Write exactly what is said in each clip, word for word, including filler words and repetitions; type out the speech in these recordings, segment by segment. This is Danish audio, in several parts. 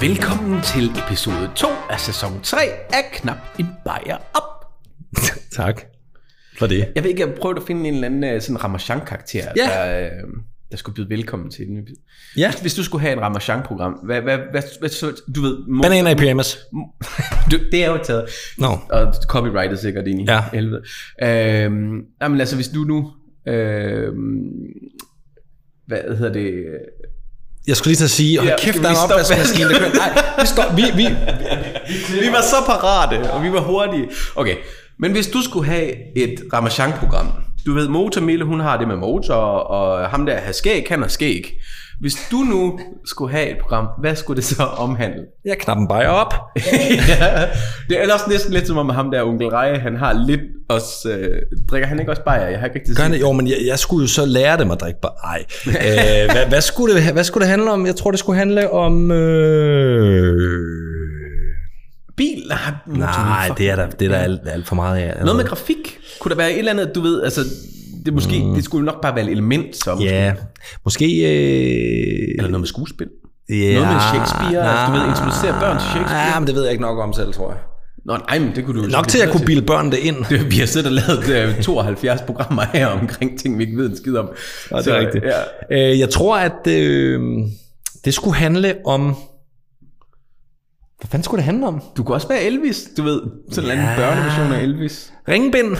Velkommen til episode to af sæson tre af Knap en bajer op. Tak for det. Jeg ved ikke, jeg prøvede at finde en eller anden sådan Ramachan-karakter, ja. der, der skulle byde velkommen til den. Ja. Hvis, hvis du skulle have en Ramachan-program, hvad, hvad, hvad, hvad så, du ved... Må, Bananer i pyjamas. du, det er jo taget. No. Og copyright er sikkert ind i ja. helvede. Øhm, jamen altså, hvis du nu... Øhm, hvad hedder det... Jeg skulle lige til at sige, hold ja, kæft, der er en opvaskemaskine, der kører. Nej, vi står, vi, vi, vi var så parate, og vi var hurtige. Okay, men hvis du skulle have et Ramachan-program, du ved, Motormille, hun har det med motor, og ham der har skæg, han har skæg. Hvis du nu skulle have et program, hvad skulle det så omhandle? Jeg knappen bajer op. Ja, det er ellers næsten lidt som om ham der onkel Reje, han har lidt også, øh, drikker han ikke også bajer? Jeg har ikke rigtig set. Jo, men jeg, jeg skulle jo så lære dem at drikke bajer. Ej, øh, hvad, hvad, skulle det, hvad skulle det handle om? Jeg tror, det skulle handle om... Øh... Bil? Nej, det er der, det er der alt, alt for meget af. Altså. Noget med grafik? Kunne der være et eller andet, du ved, altså... Det, måske, mm. det skulle nok bare være et element, så måske. Ja, måske... Øh... Eller noget med skuespil. Yeah, noget med Shakespeare, nah, du ved, introducere børn til Shakespeare. Ja, men det ved jeg ikke nok om selv, tror jeg. Nå, nej, men det kunne du... Nok til at kunne bilde børn det ind. Det, vi har siddet og lavet tooghalvfjerds programmer her omkring ting, vi ikke ved en skid om. Ja, det er så, rigtigt. Ja. Øh, jeg tror, at øh, det skulle handle om... Hvad fanden skulle det handle om? Du kunne også være Elvis, du ved. Sådan en ja. anden børneversion af Elvis. Ringbind.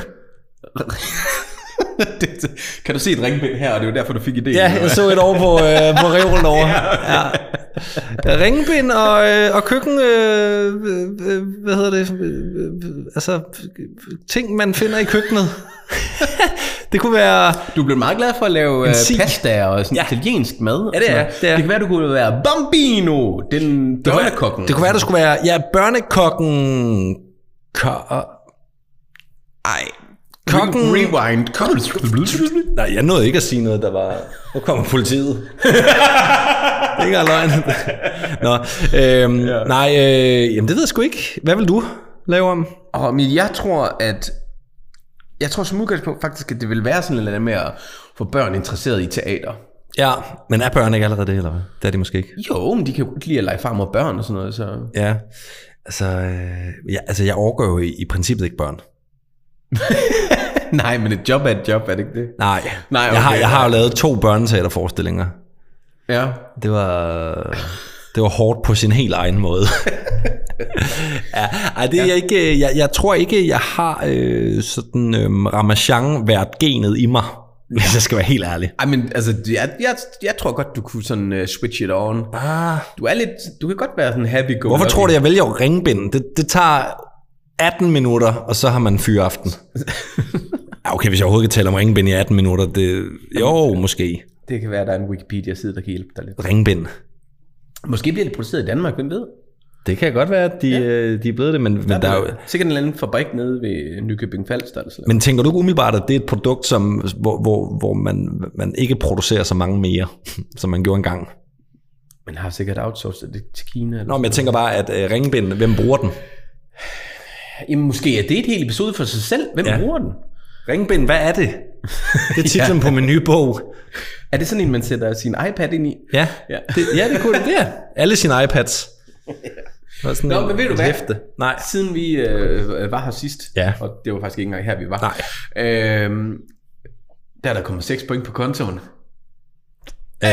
Kan du se et ringbind her, og det er jo derfor, du fik idéen? Ja, jeg så et over på, øh, på reolen over. Ja. Ja. Ringbind og, øh, og køkken, øh, øh, hvad hedder det, øh, altså ting, man finder i køkkenet. Det kunne være... Du blev meget glad for at lave uh, pasta og sådan ja. italiensk mad. Ja, det er, det er. Det kan være, du kunne være Bambino, den børnekokken. Det kunne være, du skulle være, ja, børnekokken... Ko- Ej... Kokken... Rewind. Nej, jeg nåede ikke at sige noget, der var... Nu kommer politiet. Det er ikke løgn. Nå, øhm, ja. Nej, øh, jamen det ved jeg sgu ikke. Hvad vil du lave om? Oh, men jeg tror, at... Jeg tror som udgangspunkt faktisk, at det vil være sådan noget med at få børn interesseret i teater. Ja, men er børn ikke allerede det, eller hvad? Det er de måske ikke. Jo, men de kan jo lide at lege far mod børn og sådan noget, så... Ja, altså... Øh, ja, altså jeg overgår jo i, i princippet ikke børn. Nej, men et job er et job, er det ikke det? Nej, Nej okay. jeg, har, jeg har jo lavet to børneteaterforestillinger. Ja. Det var, det var hårdt på sin helt egen måde. Ja, ej, det er jeg ikke. Jeg, jeg tror ikke, jeg har øh, sådan øh, Ramachan-vært-genet i mig, hvis jeg skal være helt ærlig. Ej, men altså, jeg, jeg, jeg tror godt, du kunne sådan uh, switch it on. Ah. Du er lidt, du kan godt være sådan happy go. Hvorfor tror du, jeg vælger ringbind? Det, det tager atten minutter, og så har man fyraften. Okay, hvis jeg overhovedet kan tale om ringbind i atten minutter, det... Jo, måske. Det kan være, at der er en Wikipedia-side, der kan hjælpe dig lidt. Ringbind. Måske bliver det produceret i Danmark, hvem ved? Det kan godt være, at de, ja. de er blevet det, men, men der, der er jo... Sikkert en eller anden fabrik nede ved Nykøbing Falster. Eller sådan. Men tænker du ikke umiddelbart, at det er et produkt, som, hvor, hvor, hvor man, man ikke producerer så mange mere, som man gjorde engang? Man har sikkert outsourcet det til Kina. Eller Nå, men jeg tænker bare, at uh, ringbind, hvem bruger den? Jamen måske er det et helt episode for sig selv. Hvem ja. bruger den? Ringbind, hvad er det? Det er titlen ja. på min nye bog. Er det sådan en, man sætter sin iPad ind i? Ja, ja. Det, ja, det kunne det. Er. Alle sine iPads. Sådan Nå, men ved du hvad? Hæfte. Nej. Siden vi øh, var her sidst, ja. og det var faktisk ikke engang her, vi var. Nej. Øh, der er der kommet seks point på kontoen. Øh...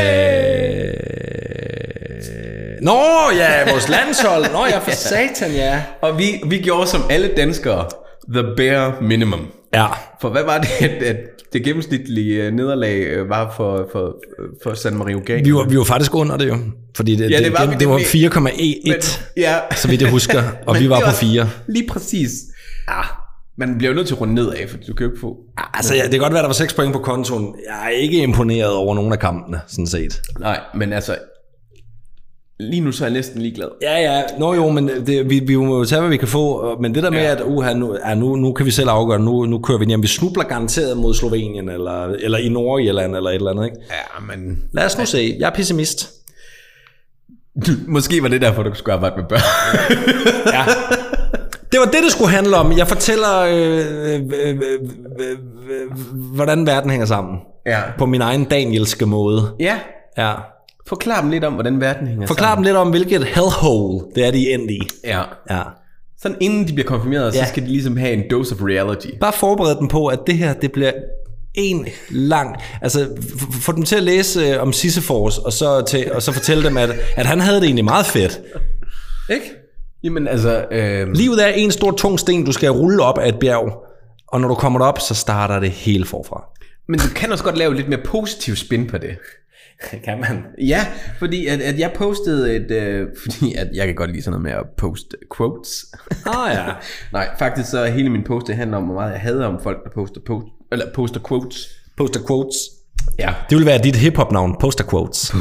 Nå ja, vores landshold. Nå ja, for satan, ja. Og vi, vi gjorde som alle danskere the bare minimum. Ja. For hvad var det, at, at det gennemsnitlige nederlag var for, for, for San Marino Gang? Vi var, vi var faktisk under det jo. Fordi det, ja, det, det, var, det, det var fire komma et, ja. så vidt jeg husker. Og vi var på fire. Lige præcis. Ja. Man bliver jo nødt til at runde nedad, for du kan jo ikke få... Altså, ja, det kan godt være, at der var seks point på kontoen. Jeg er ikke imponeret over nogen af kampene, sådan set. Nej, men altså... Lige nu så er jeg næsten ligeglad. Ja, ja. Nå jo, men det, vi, vi må jo tage, hvad vi kan få. Men det der med, ja. at uh, nu, ja, nu, nu kan vi selv afgøre, nu, nu kører vi hjem. Vi snubler garanteret mod Slovenien, eller, eller i Nordjylland, eller et eller andet, ikke? Ja, men... Lad os nu se. Jeg er pessimist. Måske var det derfor, du skulle arbejde med børn. Ja. Det var det, det skulle handle om. Jeg fortæller, øh, øh, øh, øh, øh, hvordan verden hænger sammen. Ja. På min egen danielske måde. Ja. Ja. Forklar dem lidt om, hvordan verden hænger Forklar sammen. dem lidt om, hvilket hellhole det er, de er endt i. Ja. Ja. Sådan inden de bliver konfirmeret, ja. så skal de ligesom have en dose of reality. Bare forbered dem på, at det her, det bliver en lang... Altså, få dem til at læse øh, om Sisyphos, og så, til, og så fortælle dem, at, at han havde det egentlig meget fedt. Ikke? Jamen altså... Øh... Livet er en stor tung sten, du skal rulle op af et bjerg, og når du kommer op, så starter det hele forfra. Men du kan også godt lave lidt mere positiv spin på det. Kan man? Ja, fordi at, at jeg postede et... Øh, fordi at jeg kan godt lide sådan noget med at poste quotes. Ah ja. Nej, faktisk så hele min post, det handler om, hvor meget jeg hader om folk, der poster, post, eller poster quotes. Poster quotes. Ja. Det vil være dit hiphop-navn, poster quotes.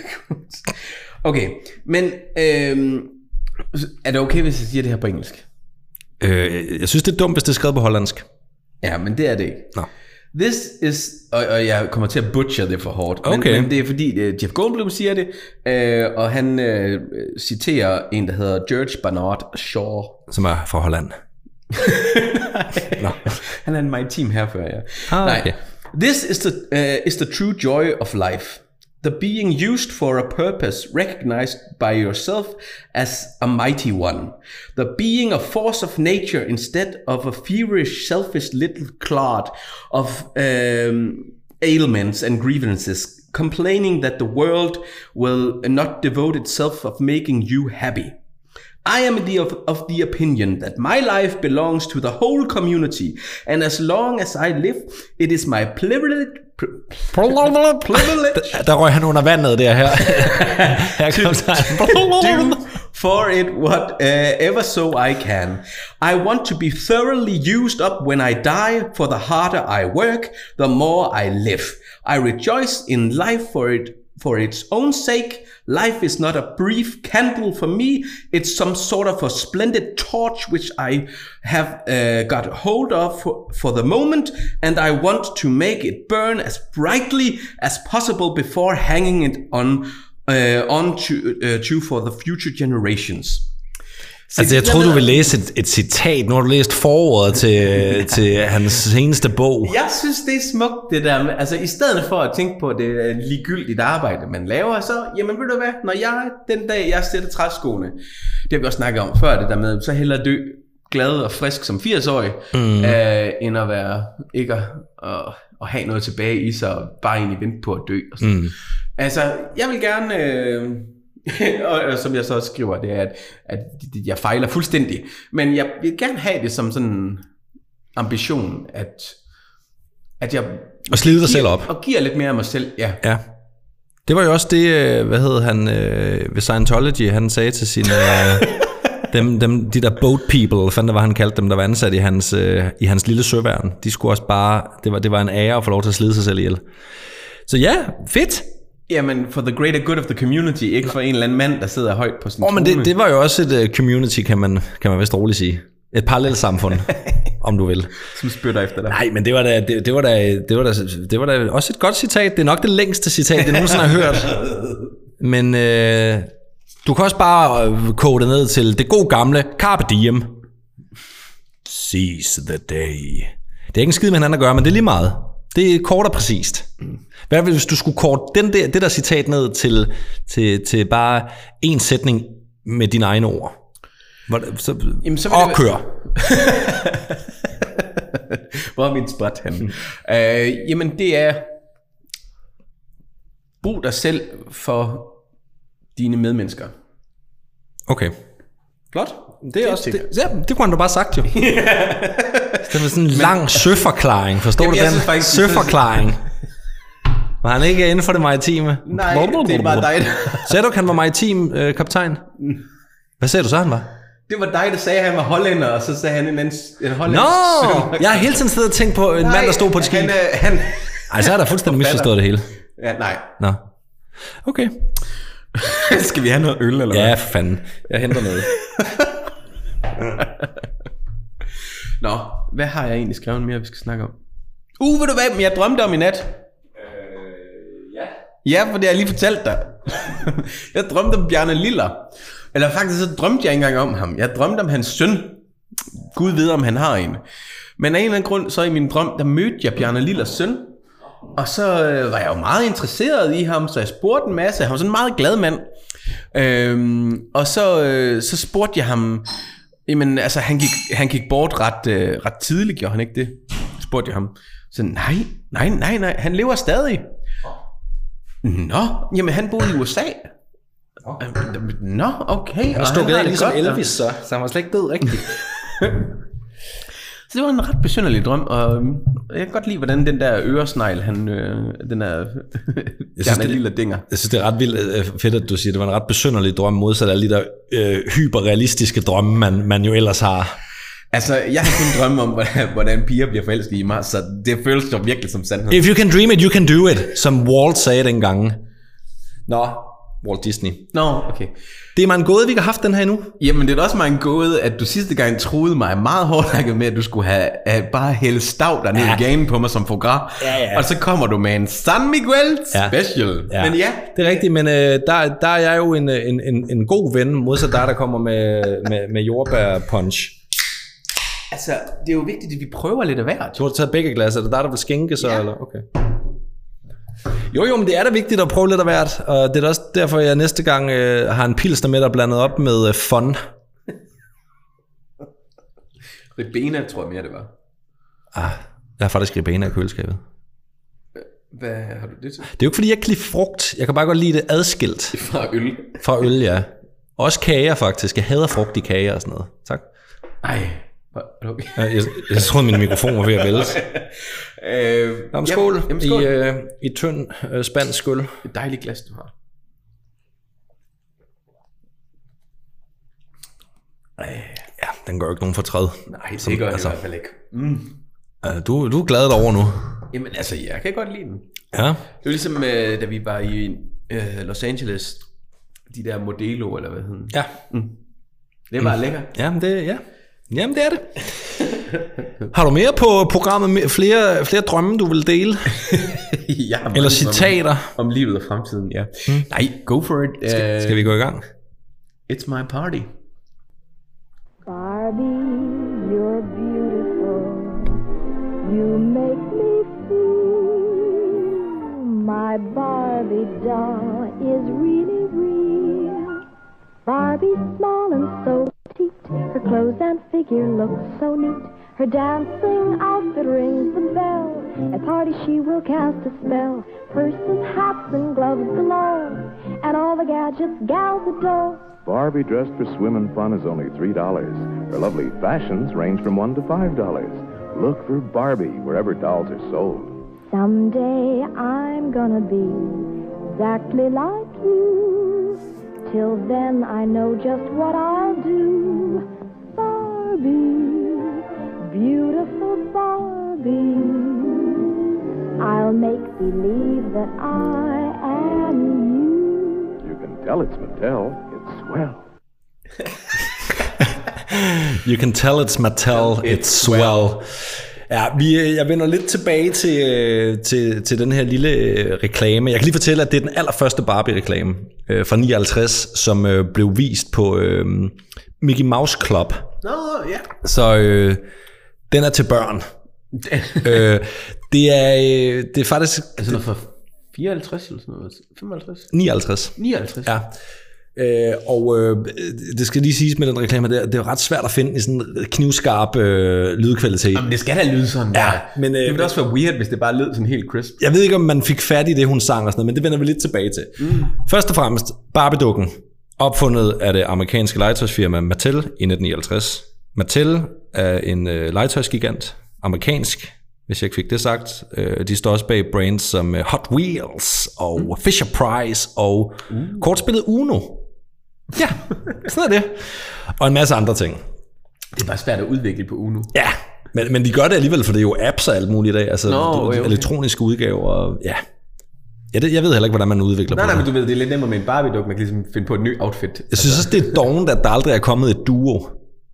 Okay, men øh, er det okay, hvis jeg siger det her på engelsk? Øh, jeg synes, det er dumt, hvis det er skrevet på hollandsk. Ja, men det er det ikke. Nå. This is, og, og jeg kommer til at butcher det for hårdt, okay. men, men det er fordi uh, Jeff Goldblum siger det, uh, og han uh, citerer en, der hedder George Bernard Shaw. Som er fra Holland. no. Han er en maritim herfører, ja. Ah, okay. Nej. This is the, uh, is the true joy of life. The being used for a purpose recognized by yourself as a mighty one. The being a force of nature instead of a feverish, selfish little clod of um, ailments and grievances, complaining that the world will not devote itself of making you happy. I am the of, of the opinion that my life belongs to the whole community, and as long as I live, it is my privilege. privilege der, der røg han under vandet der her. Her to, to do for it whatever so I can. I want to be thoroughly used up when I die, for the harder I work, the more I live. I rejoice in life for it. For its own sake. Life is not a brief candle for me. It's some sort of a splendid torch which I have uh, got hold of for, for the moment, and I want to make it burn as brightly as possible before hanging it on uh, on to, uh, to for the future generations. Altså jeg troede du ville læse et, et citat. Nu har du læst forordet til, til hans seneste bog. Jeg synes det er smukt det der med, altså i stedet for at tænke på det er ligegyldigt arbejde man laver, så jamen ved du hvad, når jeg den dag jeg sætter træskoene, det har vi også snakket om før, det der med så hellere dø glad og frisk som firs-årig, mm. øh, end at være ikke at, at, at have noget tilbage i sig og bare egentlig vente på at dø og sådan. Mm. Altså jeg vil gerne øh, og som jeg så skriver, det er, at, at jeg fejler fuldstændig. Men jeg vil gerne have det som sådan en ambition, at, at jeg... Og slide dig selv op. Og giver lidt mere af mig selv, ja. Ja. Det var jo også det, hvad hed han ved Scientology, han sagde til sine... dem, dem, de der boat people, fandt det var han kaldte dem, der var ansat i hans, i hans lille søværn. De skulle også bare... Det var, det var en ære at få lov til at slide sig selv ihjel. Så ja, fedt! Jamen, for the greater good of the community, ikke for en eller anden mand, der sidder højt på sin oh, trone. Men det, det var jo også et uh, community, kan man, kan man vist roligt sige. Et parallelt samfund, om du vil. Som spytter efter dig. Nej, men det var, da, det, det, var da, det, var da, det var da også et godt citat. Det er nok det længste citat, jeg nogensinde har hørt. Men øh, du kan også bare øh, koge det ned til det gode gamle Carpe Diem. Seize the day. Det er ikke en skid med hinanden at gøre, men det er lige meget. Det er kort og præcist. Hvad hvis du skulle korte den der, det der citat ned til, til, til bare en sætning med dine egne ord? Hvor, så, jamen, så og det... kør. Hvor er min spot henne? øh, jamen det er, brug dig selv for dine medmennesker. Okay. Flot. Det er også det, ja, det kunne han da bare sagt jo. Det var sådan en lang søforklaring. Forstår jamen, du den? Faktisk, søforklaring. Var han ikke inden for det maritime? Nej, det var dig. Sagde du, han var maritim øh, kaptajn? Hvad sagde du så, han var? Det var dig, der sagde, at han var hollænder, og så sagde han en anden en hollænder. Nå, no, jeg har hele tiden siddet og tænkt på en nej, mand, der stod på et skib. Han, han, Ej, så er der fuldstændig misforstået det hele. Ja, nej. Nå, okay. Skal vi have noget øl, eller hvad? Ja, for fanden. Jeg henter noget. Nå, hvad har jeg egentlig skrevet mere, vi skal snakke om? Uh, ved du hvad, jeg drømte om i nat. Øh, ja. Ja, for det har jeg lige fortalt dig. Jeg drømte om Bjarne Liller. Eller faktisk så drømte jeg ikke engang om ham. Jeg drømte om hans søn. Gud ved, om han har en. Men af en eller anden grund, så i min drøm, der mødte jeg Bjarne Lillers søn. Og så øh, var jeg jo meget interesseret i ham, så jeg spurgte en masse. Han var sådan en meget glad mand. Øhm, og så, øh, så spurgte jeg ham, jamen altså han gik, han gik bort ret, øh, ret tidligt, gjorde han ikke det? Spurgte jeg ham. Så nej, nej, nej, nej, han lever stadig. Nå, jamen han boede i U S A. Nå, okay. Han stod der ligesom godt, Elvis så, så han var slet ikke død rigtigt. Så det var en ret besynderlig drøm, og jeg kan godt lide, hvordan den der øresnegl, han, øh, den er, jeg synes, det, lille dinger. Jeg synes, det er ret vildt fedt, at du siger, det var en ret besynderlig drøm, modsat alle de der øh, hyperrealistiske drømme, man, man jo ellers har. Altså, jeg har kun drømme om, hvordan, hvordan piger bliver forelsket i mig, så det føles jo virkelig som sandhed. If you can dream it, you can do it, som Walt sagde dengang. Nå, Walt Disney. Nå, okay. Det er mig en gåde, vi har haft den her endnu. Jamen, det er også mig en gåde, at du sidste gang troede mig meget hårdt med, at du skulle have at bare hælde stav der ned ja. i ganen på mig som foie. Ja, ja. Og så kommer du med en San Miguel special. Ja. Ja. Men ja. Det er rigtigt, men øh, der, der er jeg jo en, en, en, en god ven, modsat dig, der kommer med, med, med jordbær punch. Altså, det er jo vigtigt, at vi prøver lidt af hvert. Du har taget begge glas, er det der, der vil skænke så? Ja. Eller? Okay. Jo, jo, men det er da vigtigt at prøve lidt af hvert, og det er også derfor, jeg næste gang øh, har en pilsner med, der blandet op med øh, fun. Ribena, tror jeg mere, det var. Ah, jeg har faktisk ribena i køleskabet. Hvad har du det til? Det er jo ikke, fordi jeg kan lide frugt. Jeg kan bare godt lide det adskilt. Fra øl? Fra øl, ja. Også kager, faktisk. Jeg hader frugt i kager og sådan noget. Tak. Ej. Okay. Jeg, jeg, jeg troede, min mikrofon var ved at vælte. øh, Jamen, skål, jamen, skål. I, øh, i tynd øh, spansk øl. Et dejligt glas, du har. Ej. Ja, den gør ikke nogen fortræd. Nej, det Som, gør altså, i hvert fald ikke. Mm. Øh, du, du er glad derovre nu. Jamen altså, jeg kan godt lide den. Ja. Det var ligesom, øh, da vi var i øh, Los Angeles. De der Modelo, eller hvad hedder den? Ja. Mm. Det var mm. lækkert. Jamen, det, ja. Jamen, det er det. Har du mere på programmet? Flere, flere drømme, du vil dele? Ja, eller citater? Om, om livet og fremtiden, ja. Hmm. Nej, go for it. Skal, uh, skal vi gå i gang? It's my party. Barbie, you're beautiful. You make me feel my Barbie doll is really real. Barbie's small and so her clothes and figure look so neat. Her dancing outfit rings the bell. At parties she will cast a spell. Purses, hats, and gloves galore. And all the gadgets gals adore. Barbie dressed for swim and fun is only three dollars. Her lovely fashions range from one to five dollars. Look for Barbie wherever dolls are sold. Someday I'm gonna be exactly like you. Till then I know just what I'll do. Barbie, beautiful Barbie, I'll make believe that I am you. You can tell it's Mattel, it's swell. You can tell it's Mattel, it's, it's swell. Ja, vi, jeg vender lidt tilbage til, til, til den her lille øh, reklame. Jeg kan lige fortælle, at det er den allerførste Barbie-reklame øh, fra nioghalvtreds, som øh, blev vist på øh, Mickey Mouse Club. Nå, oh, ja. Yeah. Så øh, den er til børn. øh, det er øh, det er faktisk... Altså noget fra fireoghalvtreds eller sådan noget? femoghalvtreds? nioghalvtreds. nioghalvtreds? Ja. Øh, og øh, det skal lige siges med den reklame, det er, det er ret svært at finde i sådan en knivskarp øh, lydkvalitet. Jamen det skal da lyde sådan. Ja, men, øh, det ville også være weird, hvis det bare lød sådan helt crisp. Jeg ved ikke, om man fik fat i det, hun sang og sådan noget, men det vender vi lidt tilbage til. Mm. Først og fremmest, Barbie-dukken, opfundet af det amerikanske legetøjsfirma Mattel i nitten nioghalvtreds. Mattel er en øh, legetøjsgigant, amerikansk, hvis jeg ikke fik det sagt. Øh, de står også bag brands som øh, Hot Wheels og mm. Fisher Price og mm. kortspillet Uno. Ja, sådan er det. Og en masse andre ting. Det er bare svært at udvikle på Uno. Ja, men, men de gør det alligevel, for det er jo apps og alt muligt i dag. Altså Nå, okay, okay. elektroniske udgaver. Og, ja. Ja, det, jeg ved heller ikke, hvordan man udvikler nej, på nej, det. Nej, men du ved, det er lidt nemmere med en Barbie-duk. Man kan ligesom finde på et nyt outfit. Jeg synes også, det er dovent, at der aldrig er kommet et duo.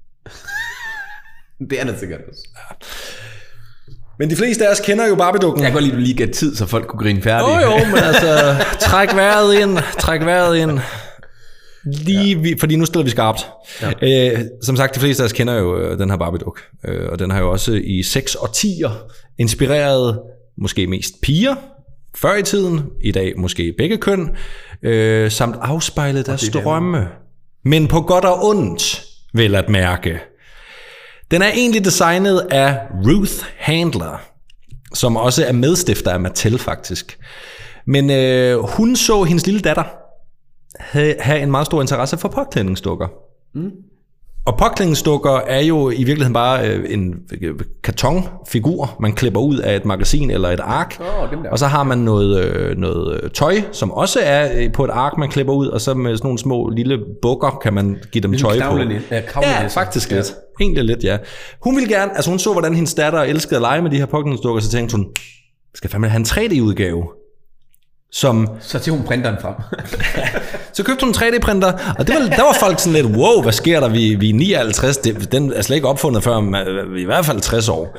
Det er det sikkert også. Ja. Men de fleste af os kender jo Barbie-dukken. Jeg kan godt lide, at du lige gav tid, så folk kunne grine færdigt. Åh oh, jo, men altså, træk vejret ind, træk vejret ind. Lige, ja. vi, fordi nu stiller vi skarpt. Ja. Øh, som sagt, de fleste af os kender jo øh, den her Barbie-duk. Øh, og den har jo også i seks årtier inspireret måske mest piger, før i tiden, i dag måske begge køn, øh, samt afspejlet deres drømme. Men på godt og ondt, vel at mærke. Den er egentlig designet af Ruth Handler, som også er medstifter af Mattel faktisk. Men øh, hun så hendes lille datter have, have en meget stor interesse for påklædningsdukker. Mm. Og påklædningsdukker er jo i virkeligheden bare øh, en kartonfigur, man klipper ud af et magasin eller et ark. Oh, og så har man noget, øh, noget tøj, som også er på et ark, man klipper ud, og så med sådan nogle små lille bukker kan man give dem tøj på. Ja, faktisk lidt. Ja. Egentlig lidt, ja. Hun ville gerne, altså hun så, hvordan hendes datter elskede at lege med de her påklædningsdukker, så tænkte hun, skal fandme have en tre D-udgave. Som, så til hun printeren frem. Så købte hun en tre D-printer, og det var, der var folk sådan lidt, wow, hvad sker der, vi, vi er nioghalvtreds, det, den er slet ikke opfundet før, i hvert fald tres år.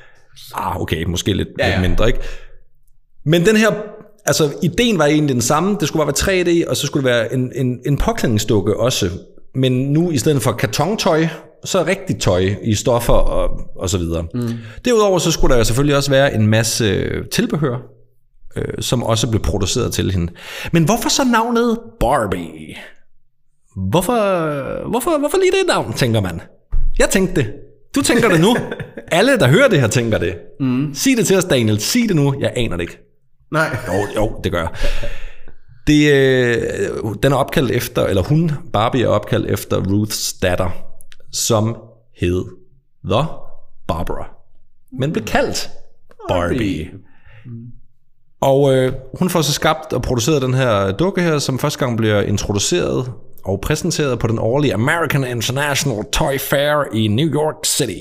Ah, okay, måske lidt, ja, ja. lidt mindre, ikke? Men den her, altså ideen var egentlig den samme, det skulle bare være tre D, og så skulle det være en, en, en påklædningsdukke også, men nu i stedet for kartontøj, så rigtigt tøj i stoffer og, og så videre. Mm. Derudover så skulle der selvfølgelig også være en masse tilbehør, som også blev produceret til hende. Men hvorfor så navnet Barbie? Hvorfor, hvorfor, hvorfor lige det navn, tænker man? Jeg tænkte det. Du tænker det nu. Alle, der hører det her, tænker det. Mm. Sig det til os, Daniel. Sig det nu. Jeg aner det ikke. Nej. Jo, jo det gør jeg. Det, øh, den er opkaldt efter, eller hun, Barbie, er opkaldt efter Ruths datter, som hed The Barbara. Men blev kaldt Barbie. Barbie. Mm. Og øh, hun får så skabt og produceret den her dukke her, som første gang bliver introduceret og præsenteret på den årlige American International Toy Fair i New York City.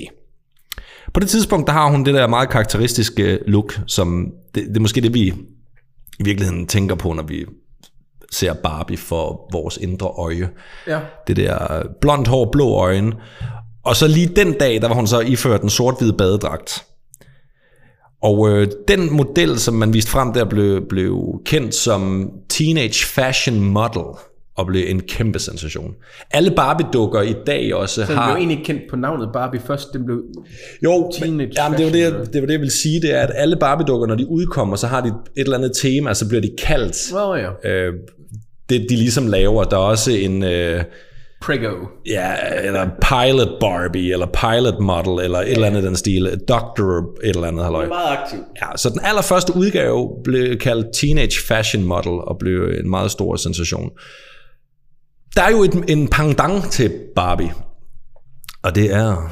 På det tidspunkt, der har hun det der meget karakteristiske look, som det, det er måske det, vi i virkeligheden tænker på, når vi ser Barbie for vores indre øje. Ja. Det der blondt hår, blå øjne. Og så lige den dag, der var hun så iført en sort-hvid badedragt. Og øh, den model, som man viste frem der, blev, blev kendt som Teenage Fashion Model, og blev en kæmpe sensation. Alle Barbie-dukker i dag også har... Så den blev egentlig kendt på navnet Barbie først, den blev jo, Teenage ja, men det var det, jeg, det var det, jeg vil sige, det er, at alle Barbie-dukker, når de udkommer, så har de et eller andet tema, så bliver de kaldt. Oh, ja. øh, det, de ligesom laver. Der er også en... Øh, Prego. Ja, eller Pilot Barbie, eller Pilot Model, eller et ja. eller andet den stil. Doctor et eller andet. Halløj. Det er meget aktiv. Ja, så den allerførste udgave blev kaldt Teenage Fashion Model, og blev en meget stor sensation. Der er jo et, en pendant til Barbie, og det er...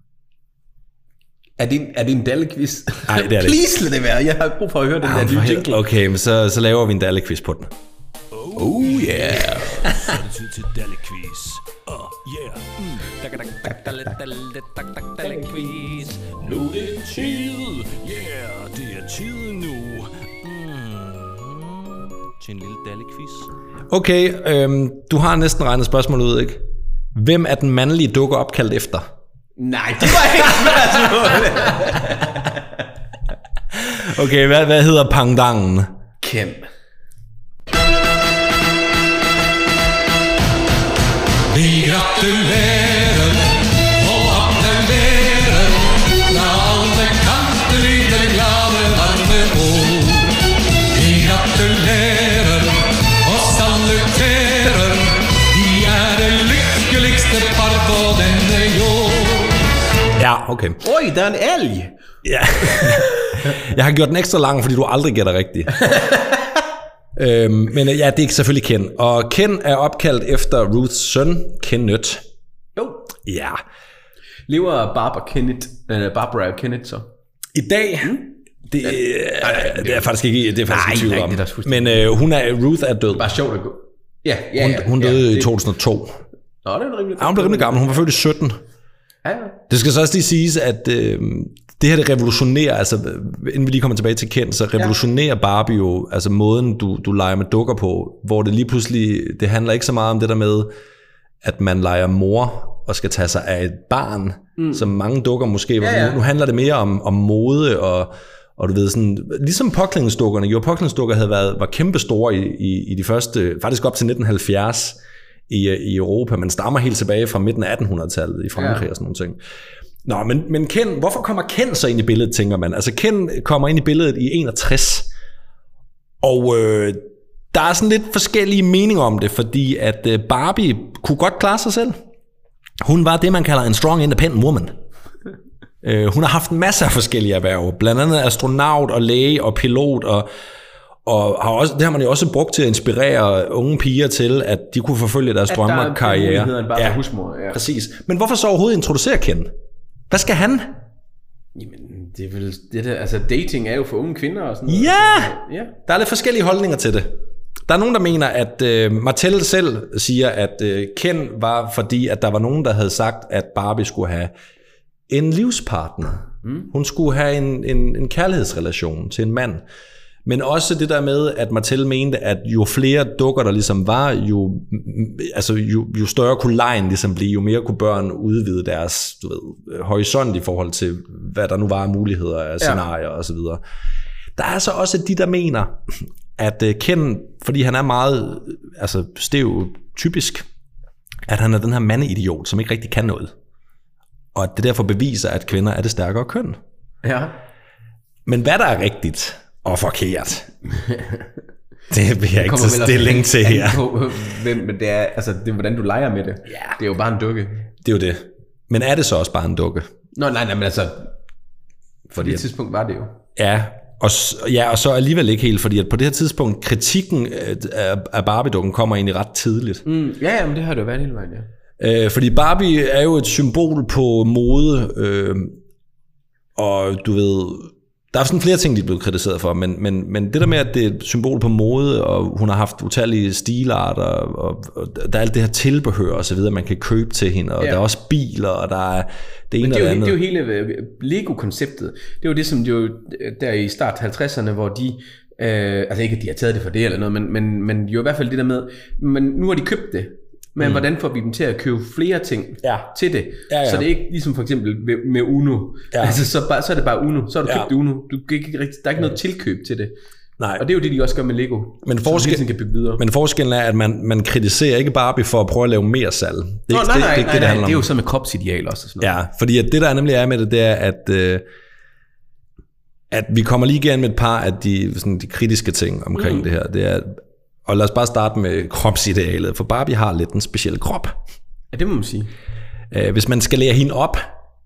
Er det, er det en dallequiz? Nej, det er det. Please lad det være. Jeg har brug for at høre den ah, der nye jingle. Okay, men så, så laver vi en dallequiz på den. Oh yeah. Så er det tid til dallequiz. Oh yeah. Dallequiz. Nu er det tid. Yeah, det er tid nu. Til en lille dallequiz. Okay, øhm, du har næsten regnet spørgsmålet ud, ikke? Hvem er den mandlige dukke opkaldt efter? Nej, det var ikke spørgsmålet. Okay, hvad, hvad hedder pendanten? Ken. Vi gratulerer og applauderer fra alle kanter i det glade varme år. Vi gratulerer og saluterer, vi er det lykkeligste par på denne jord. Ja, okay. Oj, der er en elg. Ja. Jeg har gjort den ekstra lang, fordi du aldrig gætter rigtigt. Øhm, men ja, det er selvfølgelig Ken. Og Ken er opkaldt efter Ruths søn, Kenneth. Jo. Ja. Lever Barbara Kenneth, uh, Barbara Kenneth så? I dag, mm. det, ja. nej, nej, det, det er faktisk ikke, det er faktisk nej, ikke tvivl om. Men øh, hun er, Ruth er død. Bare sjovt at gå. Ja, ja, hun, ja. Hun døde ja, i to tusind og to. Nå, det er rimelig. Ja, hun blev rimelig gammel. Hun var født i sytten. Ja, ja. Det skal så også lige siges, at øh, det her det revolutionerer, altså inden vi lige kommer tilbage til Ken, så revolutionerer ja. Barbie jo, altså måden du, du leger med dukker på, hvor det lige pludselig, det handler ikke så meget om det der med, at man leger mor og skal tage sig af et barn, mm. som mange dukker måske, ja, ja. Nu, nu handler det mere om, om mode og, og du ved sådan, ligesom påklædningsdukkerne, jo påklædningsdukker havde været, var kæmpe store i, i, i de første, faktisk op til nitten halvfjerds i, i Europa, men stammer helt tilbage fra midten af attenhundredetallet i Frankrig ja. Og sådan nogle ting. Nå, men, men Ken, hvorfor kommer Ken så ind i billedet, tænker man? Altså Ken kommer ind i billedet i enogtres, og øh, der er sådan lidt forskellige meninger om det, fordi at øh, Barbie kunne godt klare sig selv. Hun var det, man kalder en strong independent woman. øh, hun har haft masser af forskellige erhverv, blandt andet astronaut og læge og pilot, og, og har også, det har man jo også brugt til at inspirere unge piger til, at de kunne forfølge deres drømme og karriere. At bare ja, husmor, ja, præcis. Men hvorfor så overhovedet introducere Ken? Hvad skal han? Jamen, det er vel, det der, altså dating er jo for unge kvinder og sådan noget. Ja! ja! Der er lidt forskellige holdninger til det. Der er nogen, der mener, at øh, Mattel selv siger, at øh, Ken var fordi, at der var nogen, der havde sagt, at Barbie skulle have en livspartner. Mm. Hun skulle have en, en, en kærlighedsrelation til en mand. Men også det der med, at Mattel mente, at jo flere dukker der ligesom var, jo, altså jo, jo større kunne lejen ligesom blive, jo mere kunne børn udvide deres du ved, horisont i forhold til, hvad der nu var af muligheder af scenarier ja. og så videre. Der er så også de, der mener, at Ken, fordi han er meget altså stereotypisk, at han er den her mandeidiot, som ikke rigtig kan noget. Og at det derfor beviser, at kvinder er det stærkere køn. Ja. Men hvad der er rigtigt og forkert, det vil jeg ikke tage stilling til her. På, hvem, men det er, altså, det er, hvordan du leger med det. Ja. Det er jo bare en dukke. Det er jo det. Men er det så også bare en dukke? Nå, nej, nej, men altså, for det tidspunkt var det jo. Ja, og, ja, og så alligevel ikke helt, fordi at på det her tidspunkt, kritikken af Barbie-dukken kommer egentlig ret tidligt. Mm, ja, ja, men det har det jo været hele vejen, ja. Øh, fordi Barbie er jo et symbol på mode, øh, og du ved, der er sådan flere ting, de er blevet kritiseret for, men, men, men det der med, at det er et symbol på mode, og hun har haft utallige stilarter, og, og der er alt det her tilbehør og så videre, man kan købe til hende, og ja. Der er også biler, og der er det ene det er og jo, andet. Det er jo hele Lego-konceptet. Det er jo det, som de jo, der i start halvtredserne, hvor de, øh, altså ikke at de har taget det for det eller noget, men, men, men jo i hvert fald det der med, men nu har de købt det. Men mm. hvordan får vi dem til at købe flere ting ja. til det? Ja, ja. Så det er ikke ligesom for eksempel med Uno. Ja. Altså, så, bare, så er det bare Uno. Så har du købt ja. Uno. Du kan ikke rigtig, der er ikke noget tilkøb til det. Nej. Og det er jo det, de også gør med Lego. Men, forskel, kan bygge videre. Men forskellen er, at man, man kritiserer ikke Barbie for at prøve at lave mere salg. Det er, Nå, ikke, nej, det, nej, det, nej, det, det, nej, det er jo så med kropsideal også. Og sådan noget. Ja, fordi at det der nemlig er med det, det er, at, øh, at vi kommer lige igen med et par af de, sådan, de kritiske ting omkring mm. det her. Det er, og lad os bare starte med kropsidealet, for Barbie har lidt en speciel krop. Ja, det må man sige. Hvis man skal lære hende op,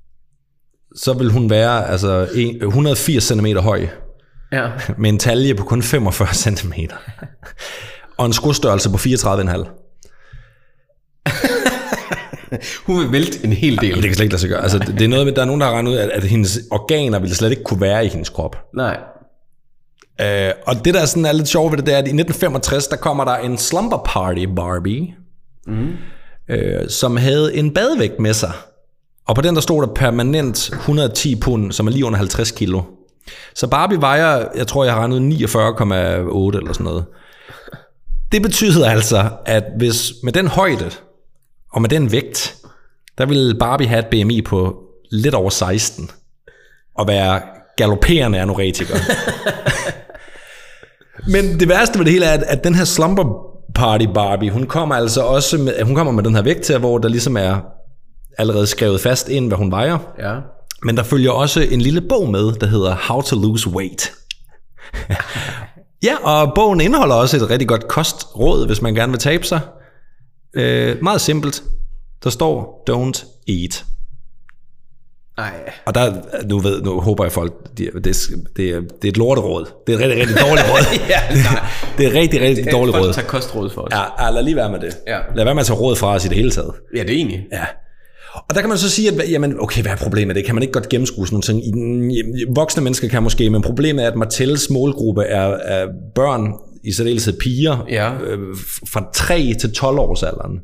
så vil hun være altså et hundrede og firs centimeter høj, ja. med en talje på kun femogfyrre centimeter, og en skostørrelse på fireogtredive komma fem. Hun vil vælte en hel del. Jamen, det kan slet ikke lade sig gøre. Altså, det er noget med, der er nogen, der har regnet ud, at, at hendes organer ville slet ikke kunne være i hendes krop. Nej. Uh, og det der sådan er lidt sjovt ved det, det er, at i nitten femogtres, der kommer der en slumber party Barbie, mm. uh, som havde en badevægt med sig. Og på den der stod der permanent et hundrede og ti pund, som er lige under halvtreds kilo. Så Barbie vejer, jeg tror jeg har regnet niogfyrre komma otte eller sådan noget. Det betyder altså, at hvis med den højde og med den vægt, der ville Barbie have et B M I på lidt over seksten og være galopperende anoretiker. Men det værste ved det hele er, at den her slumber party Barbie, hun kommer altså også med, hun kommer med den her vægt til, hvor der ligesom er allerede skrevet fast ind, hvad hun vejer. Ja. Men der følger også en lille bog med, der hedder How to Lose Weight. Ja, og bogen indeholder også et rigtig godt kostråd, hvis man gerne vil tabe sig. Øh, meget simpelt. Der står, don't eat. Ej. Og der, nu ved, nu håber jeg folk, det, det, det, det er et lorteråd. Det er et rigtig, rigtig dårligt råd. Ja, det er et rigtig, rigtig dårligt råd. Folk tager kostråd for os. Ja, lad lige være med det. Ja. Lad være med at tage råd fra os i det hele taget. Ja, det er egentlig. Ja. Og der kan man så sige, at jamen, okay, hvad er problemet med det? Kan man ikke godt gennemskue sådan nogle ting? Voksne mennesker kan måske, men problemet er, at Mattels målgruppe er, er børn, i særdeleshed piger, ja. øh, fra tre til tolv års alderen.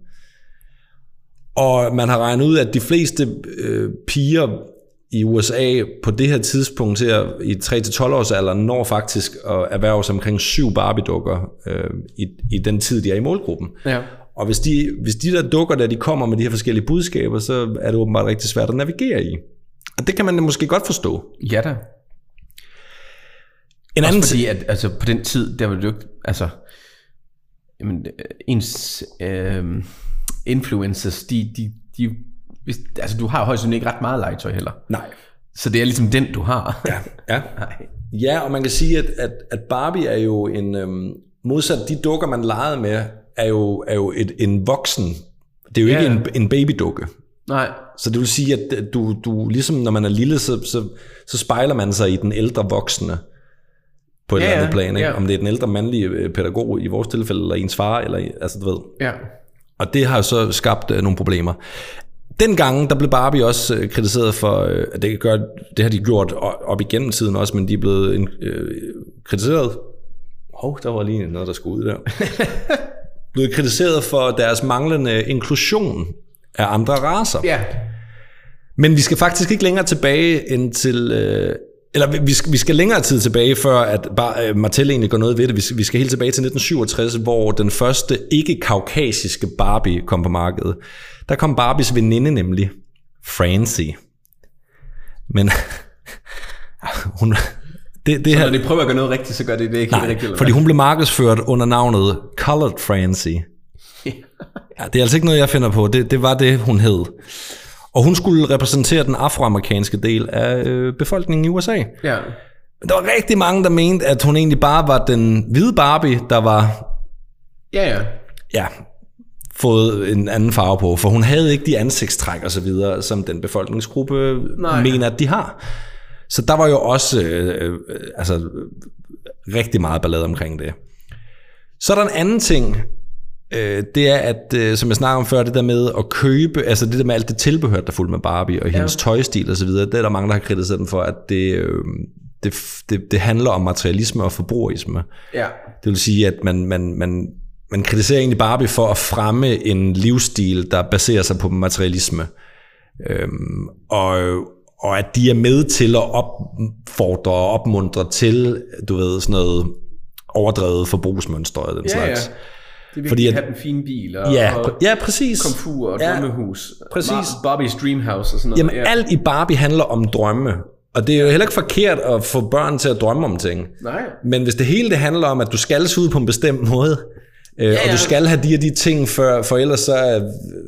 Og man har regnet ud, at de fleste øh, piger i U S A på det her tidspunkt her, i tre til tolv års alderen når faktisk at erhverve sig omkring syv Barbie-dukker øh, i, i den tid, de er i målgruppen. Ja. Og hvis de, hvis de der dukker, der de kommer med de her forskellige budskaber, så er det åbenbart rigtig svært at navigere i. Og det kan man måske godt forstå. Ja da. En anden fordi, at altså, på den tid, der var det jo ikke, altså, jamen, ens øh, influencers, de, de, de hvis, altså du har højst ikke ret meget legetøj heller. Nej. Så det er ligesom den, du har. Ja, ja. Ja, og man kan sige, at, at, at Barbie er jo en, øhm, modsat de dukker, man legede med, er jo, er jo et, en voksen. Det er jo ja. ikke en, en babydukke. Nej. Så det vil sige, at du, du ligesom når man er lille, så, så, så spejler man sig i den ældre voksne på et ja, eller andet plan. Ikke? Ja. Om det er den ældre mandlige pædagog i vores tilfælde, eller ens far, eller altså du ved. Ja. Og det har jo så skabt øh, nogle problemer. Dengang, der blev Barbie også øh, kritiseret for, øh, at det, gør, det har de gjort op igennem tiden også, men de er blevet øh, kritiseret. Hov, der var lige noget, der skulle ud der. blevet kritiseret for deres manglende inklusion af andre racer. Ja. Men vi skal faktisk ikke længere tilbage end til... Øh, eller vi skal, vi skal længere tid tilbage, før at bare, øh, Mattel egentlig går noget ved det. Vi skal, vi skal helt tilbage til nitten syvogtres, hvor den første ikke-kaukasiske Barbie kom på markedet. Der kom Barbies veninde nemlig, Francie. Men hun... Det, det så her, når de prøver at gøre noget rigtigt, så gør det det ikke nej, helt rigtigt? fordi hun blev markedsført under navnet Colored Francie. Ja, det er altså ikke noget, jeg finder på. Det, det var det, hun hed. Og hun skulle repræsentere den afroamerikanske del af øh, befolkningen i U S A. Ja. Men der var rigtig mange, der mente, at hun egentlig bare var den hvide Barbie, der var... Ja, ja. Ja, fået en anden farve på. For hun havde ikke de ansigtstræk og så videre, som den befolkningsgruppe Nej. mener, at de har. Så der var jo også øh, altså, rigtig meget ballade omkring det. Så er der en anden ting, øh, det er, at øh, som jeg snakkede om før, det der med at købe, altså det der med alt det tilbehør, der fulgte med Barbie, og hendes ja. tøjstil og så videre, det er der mange, der har kritiseret den for, at det, øh, det, det, det handler om materialisme og forbrugerisme. Ja. Det vil sige, at man, man, man, man kritiserer egentlig Barbie for at fremme en livsstil, der baserer sig på materialisme. Øhm, og og at de er med til at opfordre og opmuntre til, du ved, sådan noget overdrevet forbrugsmønstre og den ja, slags. Ja. Det er vigtigt at have den fine bil og, ja, og ja, præcis. komfur og ja, drømmehus. Præcis. Barbies Dreamhouse og sådan noget. Jamen ja. alt i Barbie handler om drømme. Og det er jo heller ikke forkert at få børn til at drømme om ting. Nej. Men hvis det hele det handler om, at du skal se ud på en bestemt måde, øh, ja, ja. og du skal have de og de ting, for, for ellers så... Øh,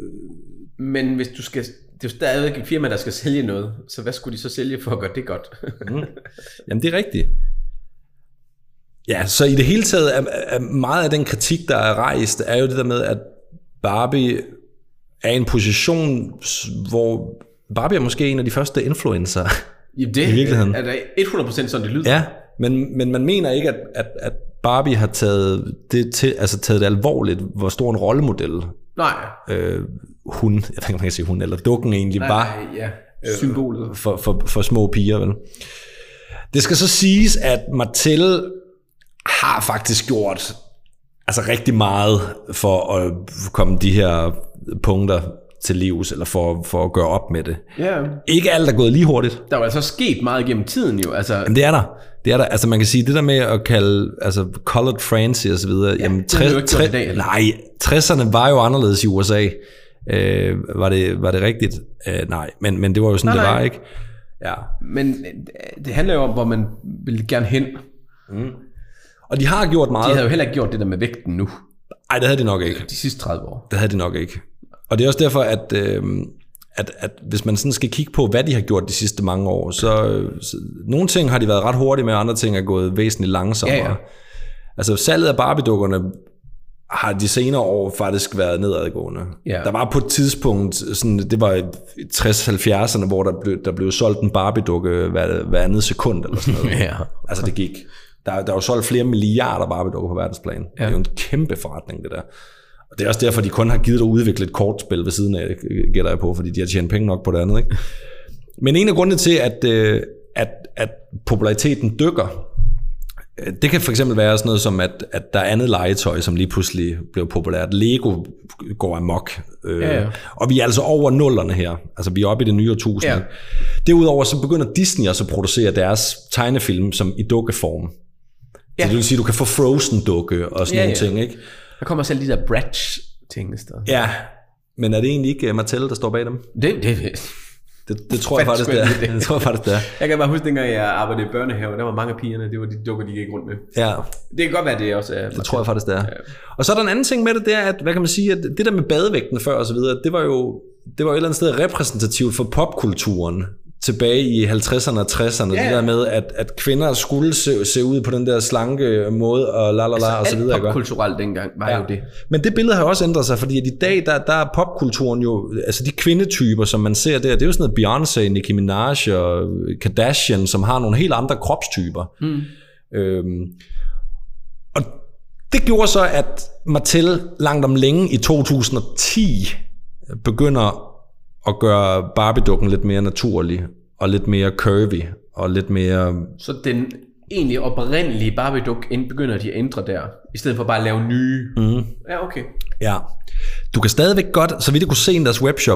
Men hvis du skal... Det er jo stadigvæk et firma, der skal sælge noget. Så hvad skulle de så sælge for at gøre det godt? mm. Jamen det er rigtigt. Ja, så i det hele taget er, er meget af den kritik, der er rejst, er jo det der med, at Barbie er i en position, hvor Barbie er måske en af de første influencer. Jamen det i virkeligheden. Er det hundrede procent sådan, det lyder. Ja, men, men man mener ikke, at, at, at Barbie har taget det, til, altså taget det alvorligt, hvor stor en rollemodel Nej. Øh, hun, jeg ved ikke, man kan sige hun, eller dukken egentlig nej, var nej, ja. Symbolet. Øh, for, for, for små piger, vel? Det skal så siges, at Mattel har faktisk gjort altså rigtig meget for at komme de her punkter til livs, eller for, for at gøre op med det. Ja. Ikke alt er gået lige hurtigt. Der er jo altså sket meget gennem tiden jo. Altså... Jamen, det er der. Det er der. Altså man kan sige, det der med at kalde altså Colored Francie og så videre, ja, jamen tres, tre, dag, nej, tresserne var jo anderledes i U S A. Øh, var, det, var det rigtigt? Øh, nej, men, men det var jo sådan, nej, det var, nej. Ikke? Ja. Men det handler jo om, hvor man vil gerne hen. Mm. Og de har gjort meget. De havde jo heller ikke gjort det der med vægten nu. Nej, det havde de nok ikke. De sidste tredive år. Det havde de nok ikke. Og det er også derfor, at, øh, at, at hvis man sådan skal kigge på, hvad de har gjort de sidste mange år, så, så nogle ting har de været ret hurtige med, og andre ting er gået væsentligt langsommere. Ja, ja. Altså salget af Barbie-dukkerne har de senere år faktisk været nedadgående. Ja. Der var på et tidspunkt, sådan, det var i tres halvfjerdserne, hvor der blev, der blev solgt en Barbie-dukke hver, hver andet sekund, eller sådan noget. Ja. Altså det gik. Der, der er jo solgt flere milliarder Barbie-dukker på verdensplan. Ja. Det er jo en kæmpe forretning, det der. Og det er også derfor, de kun har givet dig at udvikle et kortspil ved siden af, gætter jeg på, fordi de har tjent penge nok på det andet, ikke? Men en af grundene til, at, at, at populariteten dykker, det kan for eksempel være sådan noget som, at, at der er andet legetøj, som lige pludselig bliver populært. Lego går amok. Ja, ja. Og vi er altså over nullerne her. Altså vi er oppe i det nye årtusinde. Ja. Derudover så begynder Disney også at producere deres tegnefilm som i dukkeform. Ja. Så det vil sige, at du kan få Frozen-dukke og sådan ja, nogle ja. ting, ikke? Der kommer selv de der Bratz ting i stedet. Ja, men er det egentlig ikke Mattel, der står bag dem? Det, det, Det, det tror jeg faktisk, det er. Det. det tror jeg faktisk, det er. Jeg kan bare huske, dengang jeg arbejdede i børnehave, der var mange af pigerne, det var de dukker, de gik rundt med. Ja. Det kan godt være, det også er... Det tror jeg faktisk, det er. Ja. Og så er der en anden ting med det, det er, at, hvad kan man sige, at det der med badevægten før og så videre, det var jo, det var jo et eller andet sted repræsentativt for popkulturen tilbage i halvtredserne og tresserne, ja, ja. Det der med, at, at kvinder skulle se, se ud på den der slanke måde, og la la la, altså, og så videre. Alt popkulturelt dengang var ja. jo det. Men det billede har også ændret sig, fordi at i dag, der, der er popkulturen jo, altså de kvindetyper, som man ser der, det er jo sådan noget Beyoncé, Nicki Minaj og Kardashian, som har nogle helt andre kropstyper. Mm. Øhm, og det gjorde så, at Mattel langt om længe i to tusind og ti begynder at gøre Barbie-dukken lidt mere naturlig, og lidt mere curvy, og lidt mere... Så den egentlig oprindelige Barbie-duk begynder de at ændre der, i stedet for bare at lave nye? Mm. Ja, okay. Ja. Du kan stadigvæk godt, så vidt du kunne se i deres webshop,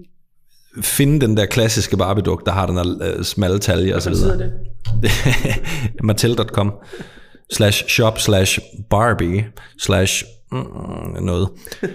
finde den der klassiske Barbie-duk, der har den der uh, smalle talje og så videre. Hvad sidder det? Mattel punktum com slash shop slash Barbie slash mm, noget.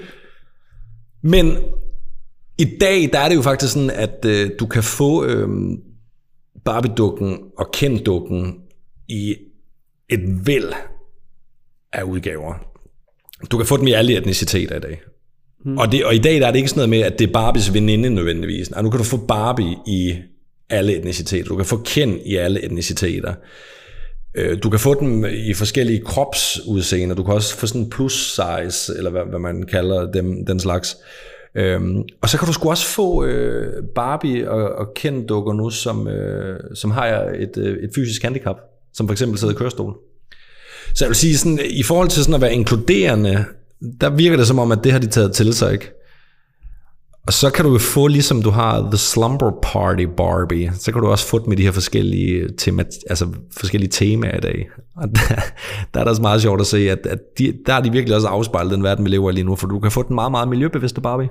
Men i dag, der er det jo faktisk sådan, at øh, du kan få øh, Barbie-dukken og Ken-dukken i et væld af udgaver. Du kan få dem i alle etniciteter i dag. Hmm. Og, det, og i dag der er det ikke sådan noget med, at det er Barbies veninde nødvendigvis. Nej, nu kan du få Barbie i alle etniciteter. Du kan få Ken i alle etniciteter. Øh, du kan få dem i forskellige kropsudseender. Du kan også få sådan en plus size, eller hvad, hvad man kalder dem, den slags. Øhm, og så kan du sgu også få øh, Barbie og, og Ken-dukker nu, som, øh, som har et, øh, et fysisk handicap, som for eksempel sidder i kørestol. Så jeg vil sige, sådan, i forhold til sådan at være inkluderende, der virker det som om, at det har de taget til sig, ikke? Og så kan du jo få, ligesom du har The Slumber Party Barbie, så kan du også få det med de her forskellige, tema, altså forskellige temaer i dag. Og der, der er det også meget sjovt at se, at, at de, der er de virkelig også afspejlet den verden, vi lever i lige nu, for du kan få den meget, meget miljøbevidste Barbie,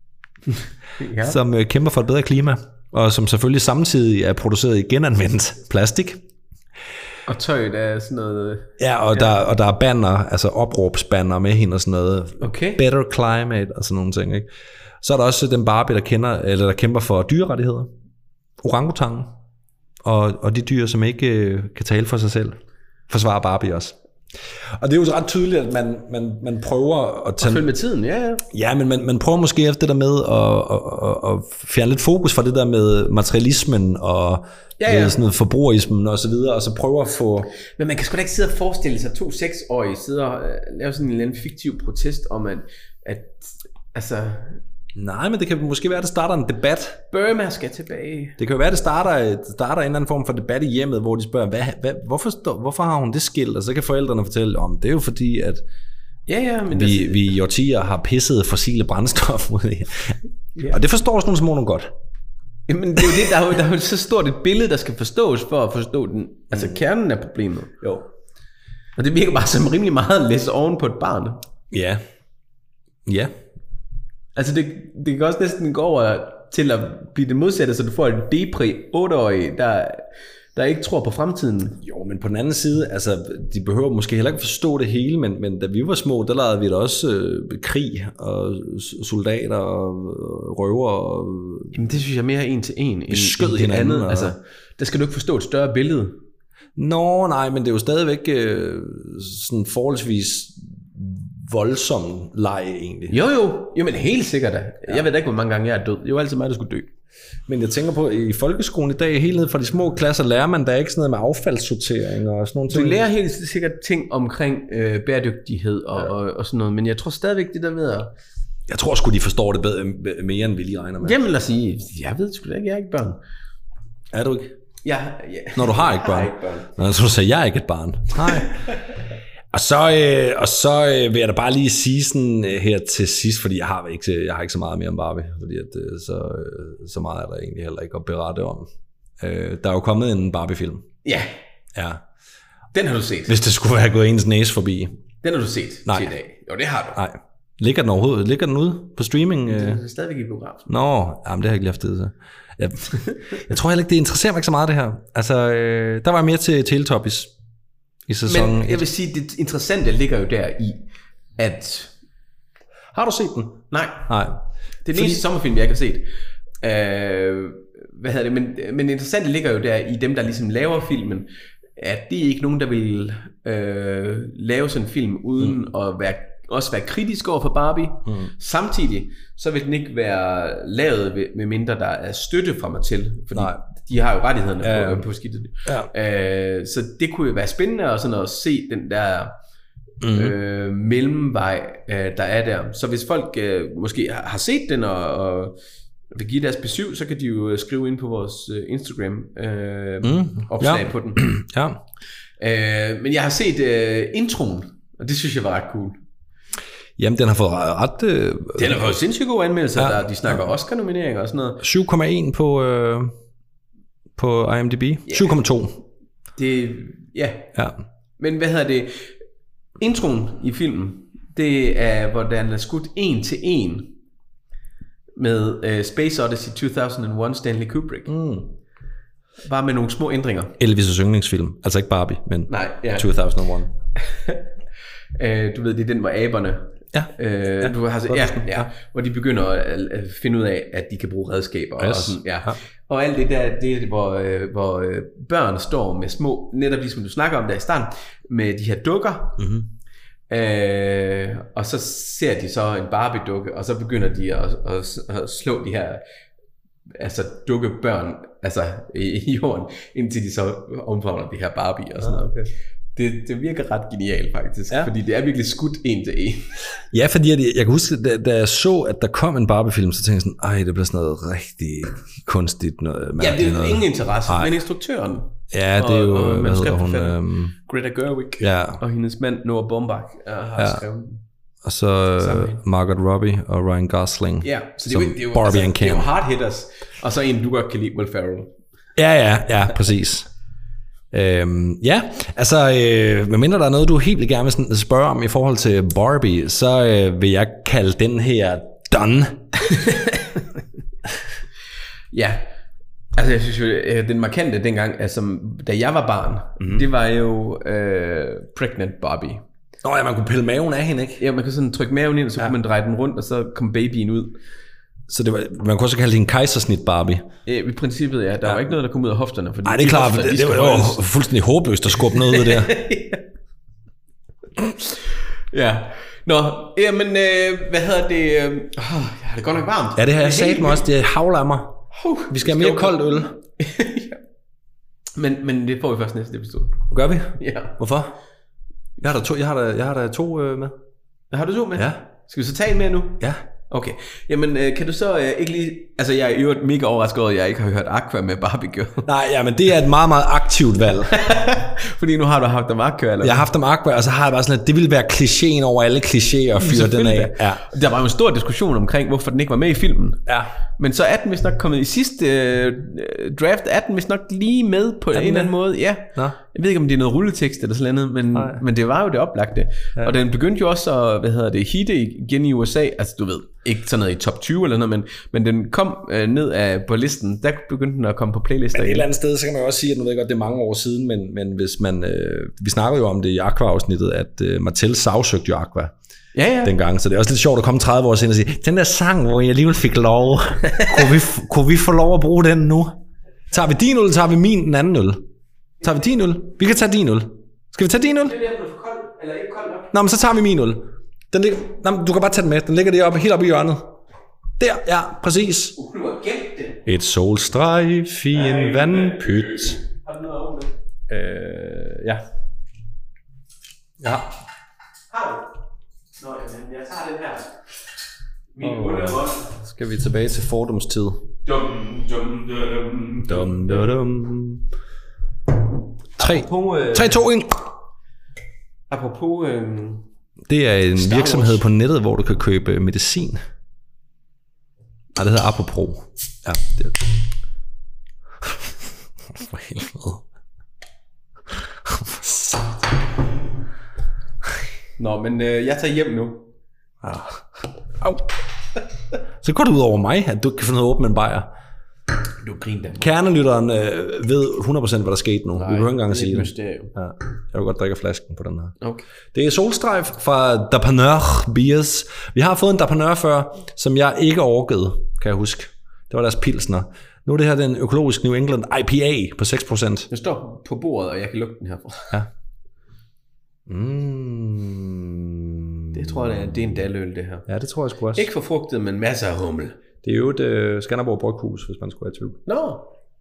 ja. som øh, kæmper for et bedre klima, og som selvfølgelig samtidig er produceret i genanvendt plastik. Og tøjet er sådan noget... Ja, og, ja. Der, og der er banner, altså opråbsbanner med hende og sådan noget. Okay. Better climate og sådan nogle ting, ikke? Så er der også den Barbie, der, kender, eller der kæmper for dyrerettigheder. Orangutangen. Og, og de dyr, som ikke øh, kan tale for sig selv, forsvarer Barbie også. Og det er jo så ret tydeligt, at man, man, man prøver at tage... Og følge med tiden, ja, ja. Ja, men man, man prøver måske efter det der med at, at, at, at fjerne lidt fokus fra det der med materialismen og ja, ja. Sådan noget forbrugerismen og så videre, og så prøve at få... Men man kan sgu da ikke sidde og forestille sig to seksårige sidde og lave sådan en eller anden fiktiv protest om, at, at altså... Nej, men det kan måske være, at det starter en debat. Burma skal tilbage. Det kan jo være, at det starter, det starter en eller anden form for debat i hjemmet, hvor de spørger, hvad, hvad, hvorfor, hvorfor har hun det skilt? Og så kan forældrene fortælle om, det er jo fordi, at ja, ja, men vi, det... vi i årtier har pisset fossile brændstof ud i. Ja. Og det forstår sådan nogle små nogle godt. Jamen det er jo det, der er jo, der er jo så stort et billede, der skal forstås for at forstå den, altså kernen af problemet. Jo. Og det virker bare som rimelig meget at læse oven på et barn. Ja. Ja. Altså det, det kan også næsten gå over til at blive det modsatte, så du får en depri otteårig, der, der ikke tror på fremtiden. Jo, men på den anden side, altså de behøver måske heller ikke forstå det hele, men, men da vi var små, der lavede vi da også øh, krig og soldater og røver. Og, jamen det synes jeg er mere en til en end, skød end hinanden. Andet. Og... Altså, der skal du ikke forstå et større billede. Nå, nej, men det er jo stadigvæk øh, sådan forholdsvis voldsom leg egentlig. Jo jo, jo men helt sikkert da. Ja. Jeg ved da ikke, hvor mange gange jeg er død. Det var altid mig, der skulle dø. Men jeg tænker på, i folkeskolen i dag, helt ned fra de små klasser, lærer man der ikke sådan noget med affaldssortering og sådan nogle ting. Du lærer helt sikkert ting omkring øh, bæredygtighed og, ja. og, og sådan noget, men jeg tror stadigvæk det der med at... Jeg tror sgu, de forstår det bedre, mere, end vi lige regner med. Jamen lad os sige, jeg ved sgu da ikke, jeg er ikke børn. Er du ikke? Ja. ja. Når du har ikke børn? Jeg har ikke børn. Nå, så du sagde, jeg er ikke et barn. Nej. Og så, øh, og så øh, vil jeg da bare lige sige sådan øh, her til sidst, fordi jeg har ikke, jeg har ikke så meget mere om Barbie, fordi at, øh, så, øh, så meget er der egentlig heller ikke at berette om. Øh, der er jo kommet en Barbie-film. Ja. Ja. Den har du set. Hvis det skulle være gået ens næse forbi. Den har du set Nej. til i dag. Jo, det har du. Nej. Ligger den overhovedet? Ligger den ude på streaming? Den er stadigvæk i biografen. Nå, jamen, det har jeg ikke lige haft tid til. Jeg, jeg tror heller ikke, det interesserer mig ikke så meget det her. Altså, øh, der var mere til Teletubbies i sæsonen. Men jeg vil sige, det interessante ligger jo der i, at... Har du set den? Nej. Nej. Det er den eneste sommerfilm, jeg ikke har set. Øh, hvad hedder det, men, men det interessante ligger jo der i dem, der ligesom laver filmen, at det er ikke nogen, der vil øh, lave sådan en film, uden mm. at være, også være kritisk over for Barbie. Mm. Samtidig, så vil den ikke være lavet, med mindre der er støtte fra Mattel, fordi Nej. de har jo rettighederne ja, ja. på, på skidtet. Ja. Øh, så det kunne jo være spændende at, sådan at se den der mm. øh, mellemvej, øh, der er der. Så hvis folk øh, måske har set den og, og vil give deres besøg, så kan de jo skrive ind på vores Instagram øh, mm. opslag ja. på den. ja. øh, men jeg har set øh, introen, og det synes jeg var ret cool. Jamen, den har fået ret... Øh, den har fået sindssygt gode anmeldelser, ja. der de snakker ja. Oscar-nomineringer og sådan noget. syv komma en på, øh, på I M D B. Yeah. syv komma to. Det... Ja. ja. Men hvad hedder det? Introen i filmen, det er, hvor den er skudt en til en med uh, Space Odyssey to tusind og et Stanley Kubrick. Mm. Bare med nogle små ændringer. Elvis' yndlingsfilm. Altså ikke Barbie, men Nej, ja. to tusind og et. uh, du ved, det er den, hvor aberne... Ja. Uh, ja. Du har, ja, ja, hvor de begynder at, at finde ud af, at de kan bruge redskaber. Yes. Og, sådan, ja. Ja. Og alt det der, det er, hvor, uh, hvor uh, børn står med små, netop ligesom du snakker om der i starten, med de her dukker. Mm-hmm. Øh, og så ser de så en Barbie-dukke, og så begynder de at, at, at slå de her altså dukkebørn altså i, i jorden, indtil de så omfavner de her Barbie og sådan noget. Okay. Det, det virker ret genialt faktisk, ja. Fordi det er virkelig skudt en til en. Ja, fordi jeg, jeg kan huske, da, da jeg så, at der kom en Barbie-film, så tænkte jeg sådan, ej, det bliver sådan noget rigtig kunstigt. Noget, ja, det er jo ingen interesse, ej. Men instruktøren. Ja, det er jo, og, og hvad hedder hun? Øhm, Greta Gerwig ja. Og hendes mand Noah Baumbach har ja. skrevet. Og så uh, Margot Robbie og Ryan Gosling. Ja, så det, som det, det, er jo, Barbie altså, and Ken. Det er jo hard hitters. Og så en, du godt kan lide, Will Ferrell. Ja, ja, ja, præcis. øhm, ja, altså, øh, medmindre der er noget, du helt vildt gerne vil spørge om i forhold til Barbie, så øh, vil jeg kalde den her done. Ja. Altså jeg synes jo, den markante dengang, altså da jeg var barn, mm-hmm. det var jo øh, Pregnant Barbie. Nå ja, man kunne pille maven af hende, ikke? Ja, man kunne sådan trykke maven ind, og så ja. kunne man dreje den rundt, og så kom babyen ud. Så det var, man kunne også kalde det en kejsersnit Barbie. Ja, i princippet, ja. Der ja. var ikke noget, der kom ud af hofterne. Nej, det er klart, hofter, det, det var jo fuldstændig håbløst at skubbe noget ud der. Ja. Nå, jamen, øh, hvad hedder det? Øh, oh, jeg har det godt nok varmt. Ja, det har jeg sagt mig også, det havler af mig. Uh, vi skal have mere koldt øl. Ja. men, men det får vi først næste episode. Gør vi? Ja. Hvorfor? Jeg har der to, jeg har der, jeg har der to øh, med. Har du to med? Ja. Skal vi så tage en mere nu? Ja. Okay. Jamen, øh, kan du så øh, ikke lige... Altså, jeg er jo mega overrasket over, at jeg ikke har hørt Aqua med Barbie Girl. Nej, ja, men det er et meget, meget aktivt valg. Fordi nu har du haft dem Aqua, eller? Jeg har haft dem Aqua, og så har jeg bare sådan, at det ville være klichéen over alle klichéer at fyre den af. Ja. Der var jo en stor diskussion omkring, hvorfor den ikke var med i filmen. Ja. Men så er den vist nok kommet i sidste øh, draft, er den vist nok lige med på en eller anden måde. Ja. Nå. Jeg ved ikke, om det er noget rulletekst eller sådan noget, men, men det var jo det oplagte. Ja. Og den begyndte jo også at, hvad hedder det, hitte igen i U S A. Altså, du ved, ikke sådan noget i top tyve eller noget, men, men den kom øh, ned af, på listen. Der begyndte den at komme på playlister. Men et eller andet sted, så kan man jo også sige, at nu ved jeg godt, det er mange år siden, men, men hvis man, øh, vi snakker jo om det i Aqua-afsnittet, at øh, Mattel sagsøgte jo Aqua. Ja, ja. Dengang, så det er også lidt sjovt at komme tredive år siden og sige, den der sang, hvor jeg alligevel fik lov, kunne, vi, kunne vi få lov at bruge den nu? Tager vi din øl, tager vi min den anden øl? Tager vi din øl? Vi kan tage din øl. Skal vi tage din øl? Det er for kold, eller ikke kold nok. Nå, men så tager vi min øl. Den ligger, nå, du kan bare tage den med. Den ligger deroppe, helt oppe i hjørnet. Der, ja, præcis. Uh, du har gemt det. Et solstrejf i en vandpyt. Har du noget over med? Øh, ja. Ja. Har du? Nå, jamen, jeg tager den her. Min underhånd. Skal vi tilbage til fordomstid. Dum, dum, dum. Dum, dum, dum. tre, tre, to, en. Apropos... Øh, det er en Star virksomhed Wars. På nettet, hvor du kan købe medicin. Nej, det hedder Apropos. Ja, det er det. For helvede. Nå, men øh, jeg tager hjem nu. Ja. Au. Så går det ud over mig, at du ikke kan finde noget åbent med en bajer. Du griner dem. Kernelytteren øh, ved hundrede procent, hvad der skete nu. Nej, vi behøver ikke engang at sige det. Ja. Jeg vil godt drikke flasken på den her. Okay. Det er solstrejf fra Dapaneur Beers. Vi har fået en Dapaneur før, som jeg ikke orkede, kan jeg huske. Det var deres pilsner. Nu er det her den økologisk New England I P A på seks procent. Den står på bordet, og jeg kan lugte den herfra. Ja. Mm. Det tror jeg, det er en daløl, det her. Ja, det tror jeg sgu også. Ikke for frugtet, men masser af hummel. Det er jo et uh, Skanderborg Bryghus, hvis man skulle have tvivl. Nå. No.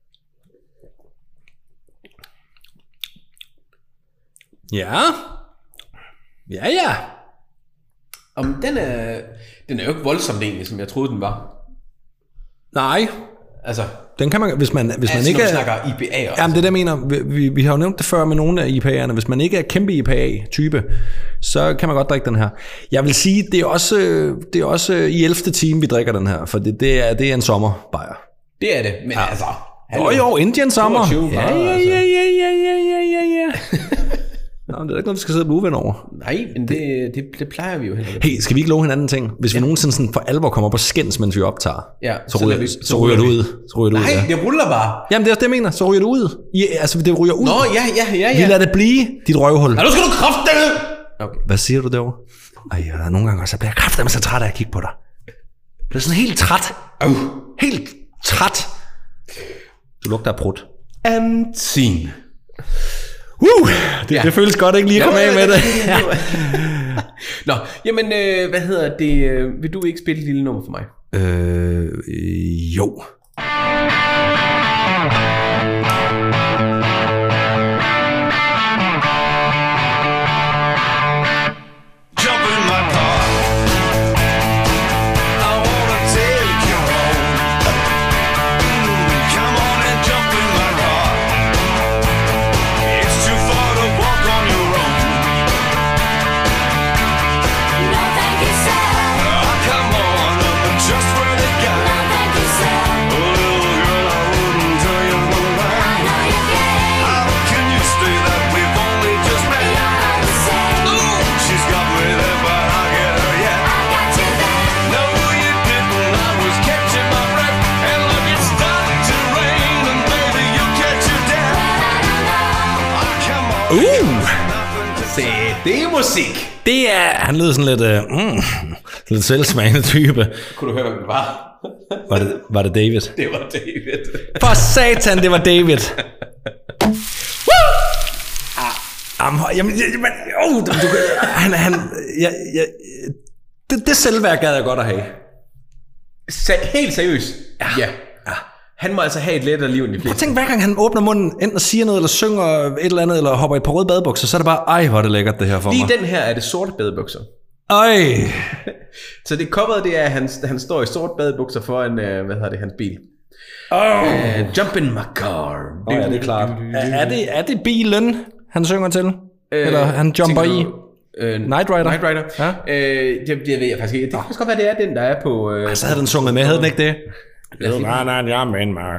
Ja. Ja, ja. Om den er, den er jo ikke voldsomt egentlig, som jeg troede, den var. Nej. Altså, den kan man, hvis man, hvis altså man ikke når er... snakker I P A'er. Jamen, det der mener, vi, vi, vi har jo nævnt det før med nogle af I P A'erne. Hvis man ikke er kæmpe I P A-type, så kan man godt drikke den her. Jeg vil sige, det er også, det er også i ellevte time, vi drikker den her, for det, det, er, det er en sommerbajer. Det er det, men ja. altså... Jo, jo, Indian sommer. Ja, ja, ja, ja, ja, ja, ja, ja, ja. Nå, det er ikke noget, vi skal sidde og blive over. Nej, men det, det, det plejer vi jo heller ikke. Hey, skal vi ikke love hinanden en ting? Hvis ja. vi nogensinde sådan for alvor kommer på skænds, mens vi optager, ja, så, så, ryger, vi, så, så ryger det ud. Så ryger det Nej, ud, ja. det ruller bare. Jamen, det er også det, jeg mener. Så ryger det ud. I, altså, det ryger ud. Nå, ja, ja, ja, ja. Vi lader det blive, dit røvhul. Ja, nu skal du kraftedeme! Okay. Hvad siger du derovre? Ej, der er nogle gange også, jeg bliver kraftedeme så træt af at kigge på dig. Jeg bliver sådan helt træt. Uh. Helt træt. Du lugter af prut. Antin. Uh, det, ja. det føles godt ikke lige at komme ja, af med det. Ja. Nå, jamen, øh, hvad hedder det? Vil du ikke spille et lille nummer for mig? Øh, jo. Uh, se, det er musik. Det er, han lyder sådan lidt, uh, mm, lidt selvsmagende type. Kunne du høre, hvem det var? Var det, var det David? Det var David. For satan, det var David. Jamen, jamen, jamen oh, du, du, han, han, ja, ja, det, det selvværk gad jeg godt at have. Se- helt seriøst? Ja. ja. ja. Han må altså have et lettere liv end de fleste. Prøv at tænke, hver gang han åbner munden, enten siger noget, eller synger et eller andet, eller hopper i et par røde badebukser, så er det bare, ej, hvor er det lækkert det her for Lige mig. Lige den her er det sorte badebukser. Ej. Så det coveret, det er, at han, han står i sorte badebukser foran, uh, hvad hedder det, hans bil. Oh. Uh, jump in my car. Oh, ja, det er klart. Er, er, det, er det bilen, han synger til? Uh, eller han jumper i? Uh, Night Rider. Night Rider. Ja? Uh, det, det ved jeg faktisk ikke. Det kan faktisk godt være, det er den, der er på... Uh, så havde den sunget med, havde den ikke det? Nej, nej, jeg men mig.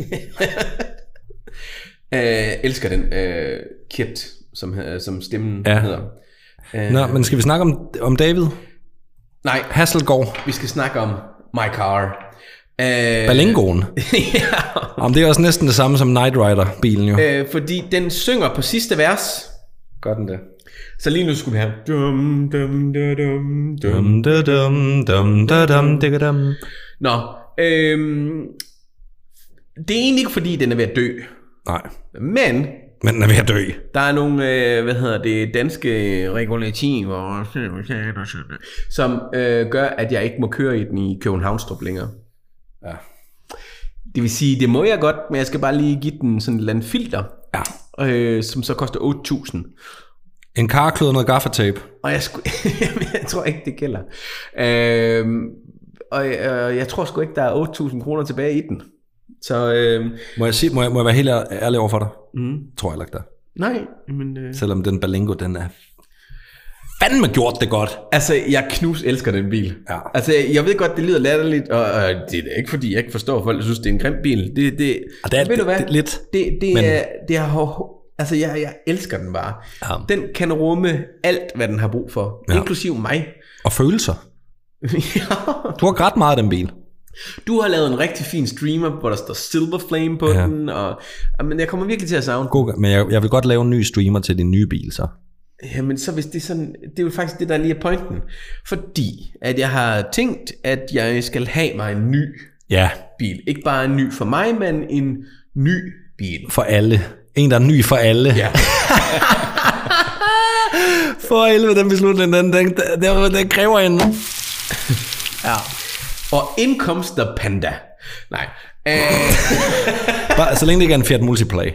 Elsker den uh, Kit, som, som stemmen ja. hedder. Uh, Nå, men skal vi snakke om, om David? Nej. Hasselgaard. Vi skal snakke om My Car. Uh, Balingoen. Ja. Om det er også næsten det samme som Night Rider-bilen jo. Uh, fordi den synger på sidste vers. Gør den det? Så lige nu skulle vi have dum dum dum dum dum dum dum dum dum dum. Nå, øhm, det er egentlig ikke fordi den er ved at dø. Nej. Men Men den er ved at dø. Der er nogle, øh, hvad hedder det, danske regulativer, som øh, gør, at jeg ikke må køre i den i Københavnstrup længere. Ja. Det vil sige, det må jeg godt, men jeg skal bare lige give den sådan et eller andet filter, ja. øh, som så koster otte tusind. En karklud og noget gaffatape. Og jeg, sku, jeg tror ikke, det gælder. Øh, og øh, jeg tror sgu ikke, der er otte tusind kroner tilbage i den. Så, øh, må, jeg sige, må, jeg, må jeg være helt ærlig over for dig? Mm. Tror jeg ikke der. Nej, men... Øh... Selvom den Balingo, den er fandme gjort det godt. Altså, jeg knus elsker den bil. Ja. Altså, jeg ved godt, det lyder latterligt, og, og det er ikke fordi, jeg ikke forstår, at folk synes, det er en grim bil. Det, det, og det er, ved du hvad? Det, det, lidt. Det, det, men... er, det er... Altså, jeg, jeg elsker den bare. Ja. Den kan rumme alt, hvad den har brug for. Ja. Inklusiv mig. Og følelser. Ja. Du har grædt meget af den bil. Du har lavet en rigtig fin streamer, hvor der står Silver Flame på ja. den, og men jeg kommer virkelig til at savne. God, men jeg, jeg vil godt lave en ny streamer til din nye bil, så. Jamen, så hvis det er sådan, det er jo faktisk det, der lige er pointen. Fordi, at jeg har tænkt, at jeg skal have mig en ny ja. bil. Ikke bare en ny for mig, men en ny bil. For alle. En, der er ny for alle. Ja. For helvede, den beslutning, den, den, den, den kræver en... Ja. Og indkomster panda. Nej. Øh, Bare, så længe det ikke er en Fiat Multipla.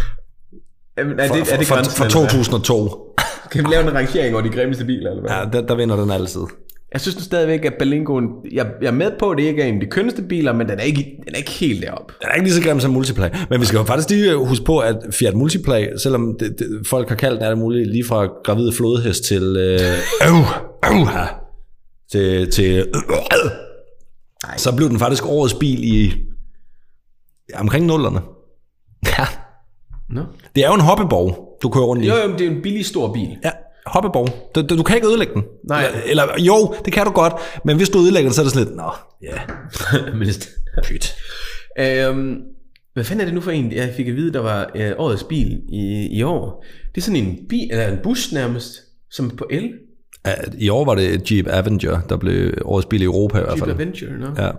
er det, er det for, grænsen, for to tusind og to. Kan vi lave en rangering over de grimmeste biler, eller hvad? Ja, der, der vinder den altid. Jeg synes nu stadigvæk, at Berlingoen... Jeg, jeg er med på, at det ikke er en af de kønneste biler, men den er ikke, den er ikke helt deroppe. Den er ikke lige så grim som Multipla. Men vi skal jo faktisk lige huske på, at Fiat Multipla, selvom det, det, folk har kaldt den alt muligt, lige fra gravide flodhest til... Øh, øh, øh, til... til øh, øh, så blev den faktisk årets bil i... omkring nullerne. Ja. No. Det er jo en hoppeborg, du kører rundt i. Jo, jo, det er en billig stor bil. Ja, hoppeborg. Du, du, du kan ikke ødelægge den. Nej. Eller, eller jo, det kan du godt, men hvis du ødelægger den, så er det sådan lidt, nå, ja, Men pyt. øhm, hvad fanden er det nu for en, jeg fik at vide, der var øh, årets bil i, i år? Det er sådan en bil, eller en bus nærmest, som er på el. I år var det Jeep Avenger, der blev årets bil i Europa i hvert fald. Jeep Avenger, no? Ja.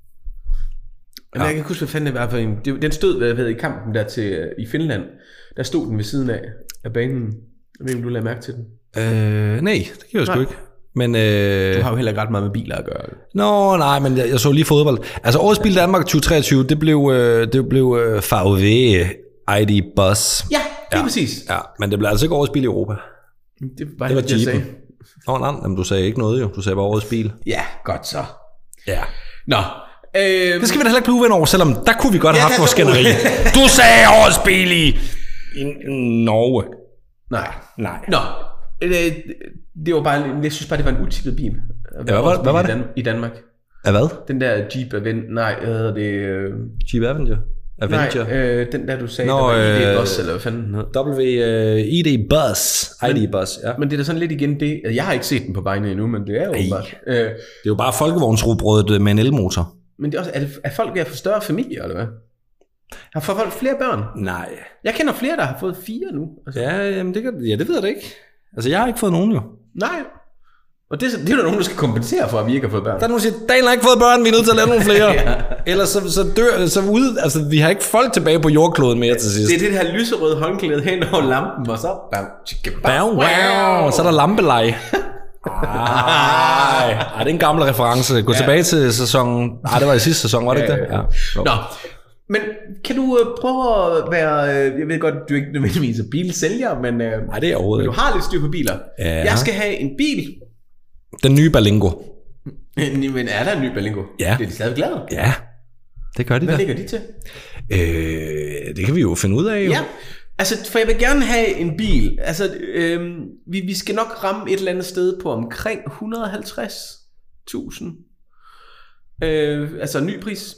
Men jeg kan ikke huske, hvad fanden det var for en. Det, den stod hvad, hvad, i kampen der til, i Finland. Der stod den ved siden af, af banen. Jeg ved ikke, om du lagde mærke til den. Øh, nej, det kan jeg sgu Nej. ikke. Men, øh... Du har jo heller ikke ret meget med biler at gøre. Nå, nej, men jeg, jeg så lige fodbold. Altså, årets bil Danmark tyve treogtyve, det blev, øh, det blev øh, F A W I D Bus. Ja, det er Ja. præcis. Ja, men det blev altså ikke årets bil i Europa. Det var, Det var det, jeg Jeepen. sagde. Nå, nej, jamen, du sagde ikke noget jo. Du sagde bare årets bil. Ja, godt så. Ja. Nå. Øh, Det skal vi da heller ikke blive uvenner over, selvom der kunne vi godt have Ja, haft der- vores skænderi. Du sagde årets bil i, i Norge. nej. Nej. Nå. Øh, det var bare, jeg synes bare, det var en utippet bil. hvad var- hvad var det? I, Dan- I Danmark. Af hvad? Den der Jeep Avenger, nej, hvad hedder det? Øh, Jeep Avenger? Avenger? nej, øh, den der du sagde, Nå, der var I D øh, Bus, eller hvad fanden den hed. W I D Bus. I D Bus, ja. Men det er da sådan lidt igen det, jeg har ikke set den på vejene endnu, men det er jo Ej. bare. Øh, Det er jo bare folkevognsrugbrødet med en elmotor. men det er også, er, det, er folk ved at få større familier, eller hvad? Har får folk flere børn? Nej. Jeg kender flere, der har fået fire nu. Altså, Ja, jamen det, kan, ja, det ved jeg da ikke. Altså, jeg har ikke fået nogen jo. nej. Og det, er- det er jo nogen, der skal kompensere for, at vi ikke har fået børn. Der er nogen, der siger, Daniel har ikke fået børn, vi er nødt til at lave nogle flere. Ja. Ellers så, så dør, så ude, altså vi har ikke folk tilbage på jordkloden mere til sidst. Det er det her lyserøde håndklæde hen over lampen, og så... Bam, tjikke, bam, Bow, wow. Så er der lampelej. Ej, ej, det er en gammel reference. Gå ja. tilbage til sæsonen. Nej, det var i sidste sæson, var det ikke det? Ja. Nå, men kan du øh, prøve at være... Øh, jeg ved godt, du er ikke nødvendigvis er bilsælger, men, øh, Nej, det er overhovedet men du ikke. har lidt styr på biler. Ja. Jeg skal have en bil. Den nye Berlingo. Men er der en ny Berlingo? Ja. Det er de stadig glade. Ja, det gør de Hvad da. ligger de til? Øh, det kan vi jo finde ud af jo. Ja, altså for jeg vil gerne have en bil. Altså, øh, vi, vi skal nok ramme et eller andet sted på omkring et hundrede og halvtreds tusind. Øh, altså ny pris.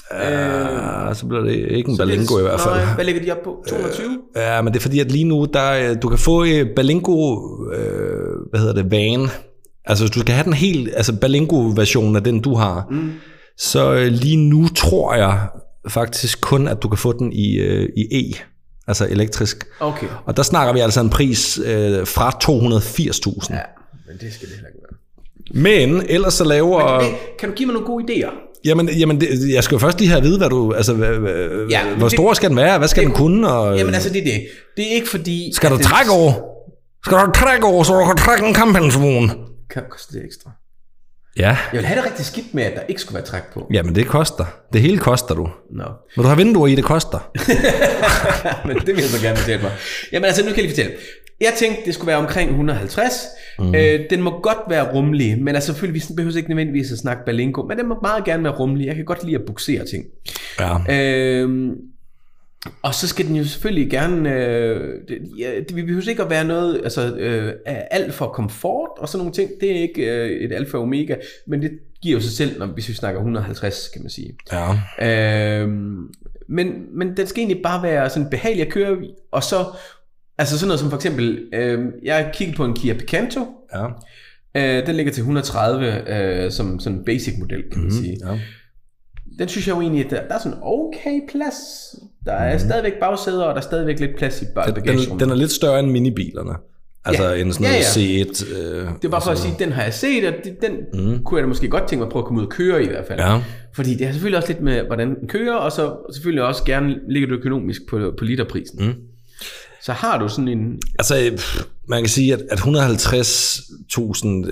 Øh, så bliver det ikke en Så det er- Berlingo i hvert fald. Nej, hvad ligger de op på? to hundrede og tyve? Ja, men det er fordi, at lige nu, der, du kan få øh, Berlingo, øh, hvad hedder det, van. Altså, hvis du skal have den helt, altså Berlingo-versionen af den, du har, mm. så øh, lige nu tror jeg faktisk kun, at du kan få den i, øh, i E, altså elektrisk. Okay. Og der snakker vi altså en pris øh, fra to hundrede og firs tusind. Ja, men det skal det heller ikke være. Men ellers så laver... Hey, kan du give mig nogle gode idéer? Jamen, jamen det, jeg skal jo først lige have at vide, hvad du, altså, hvad, Ja, ja, men hvor det- stor skal den være? Hvad skal det- den kunne? Og, Jamen altså, det er det. Det er ikke fordi... skal at du den- trække over? Skal du trække over, så du kan trække en campingvogn? Kan koste det ekstra? Ja, Jeg vil have det rigtig skidt med, at der ikke skulle være træk på. jamen det koster. Det hele koster du. Nå. Vil du have vinduer i, det koster. Men det vil jeg så gerne fortælle mig. Jamen altså, nu kan jeg lige fortælle. Jeg tænkte, det skulle være omkring et hundrede og halvtreds. Mm. Øh, den må godt være rummelig, men altså selvfølgelig, vi behøver ikke nødvendigvis at snakke Berlingo, men den må meget gerne være rummelig. Jeg kan godt lide at buksere ting. Ja. Øh, og så skal den jo selvfølgelig gerne, øh, det, ja, det, vi behøver ikke at være noget, altså øh, alt for komfort og sådan nogle ting. Det er ikke øh, et alfa og omega, men det giver jo sig selv, når, hvis vi snakker et hundrede og halvtreds, kan man sige. Ja. Øhm, men, men den skal egentlig bare være sådan behagelig at køre i, og så, altså sådan noget som for eksempel, øh, jeg har kigget på en Kia Picanto, Ja. øh, den ligger til et hundrede og tredive øh, som sådan en basic model, kan man sige. Ja. Den synes jeg jo egentlig, at der, der er sådan okay plads, der er mm. stadigvæk bagsæder, og der er stadigvæk lidt plads i Den, bagagerummet. den er lidt større end minibilerne. Altså Ja. en sådan Ja, noget ja. C et. Øh, Det er bare for at sige, den har jeg set, og det- den mm. kunne jeg da måske godt tænke mig at prøve at komme ud og køre i hvert fald. Ja. Fordi det har selvfølgelig også lidt med, hvordan den kører, og så selvfølgelig også gerne ligger det økonomisk på, på literprisen. Mm. Så har du sådan en... Altså, pff, man kan sige, at, at et hundrede og halvtreds tusind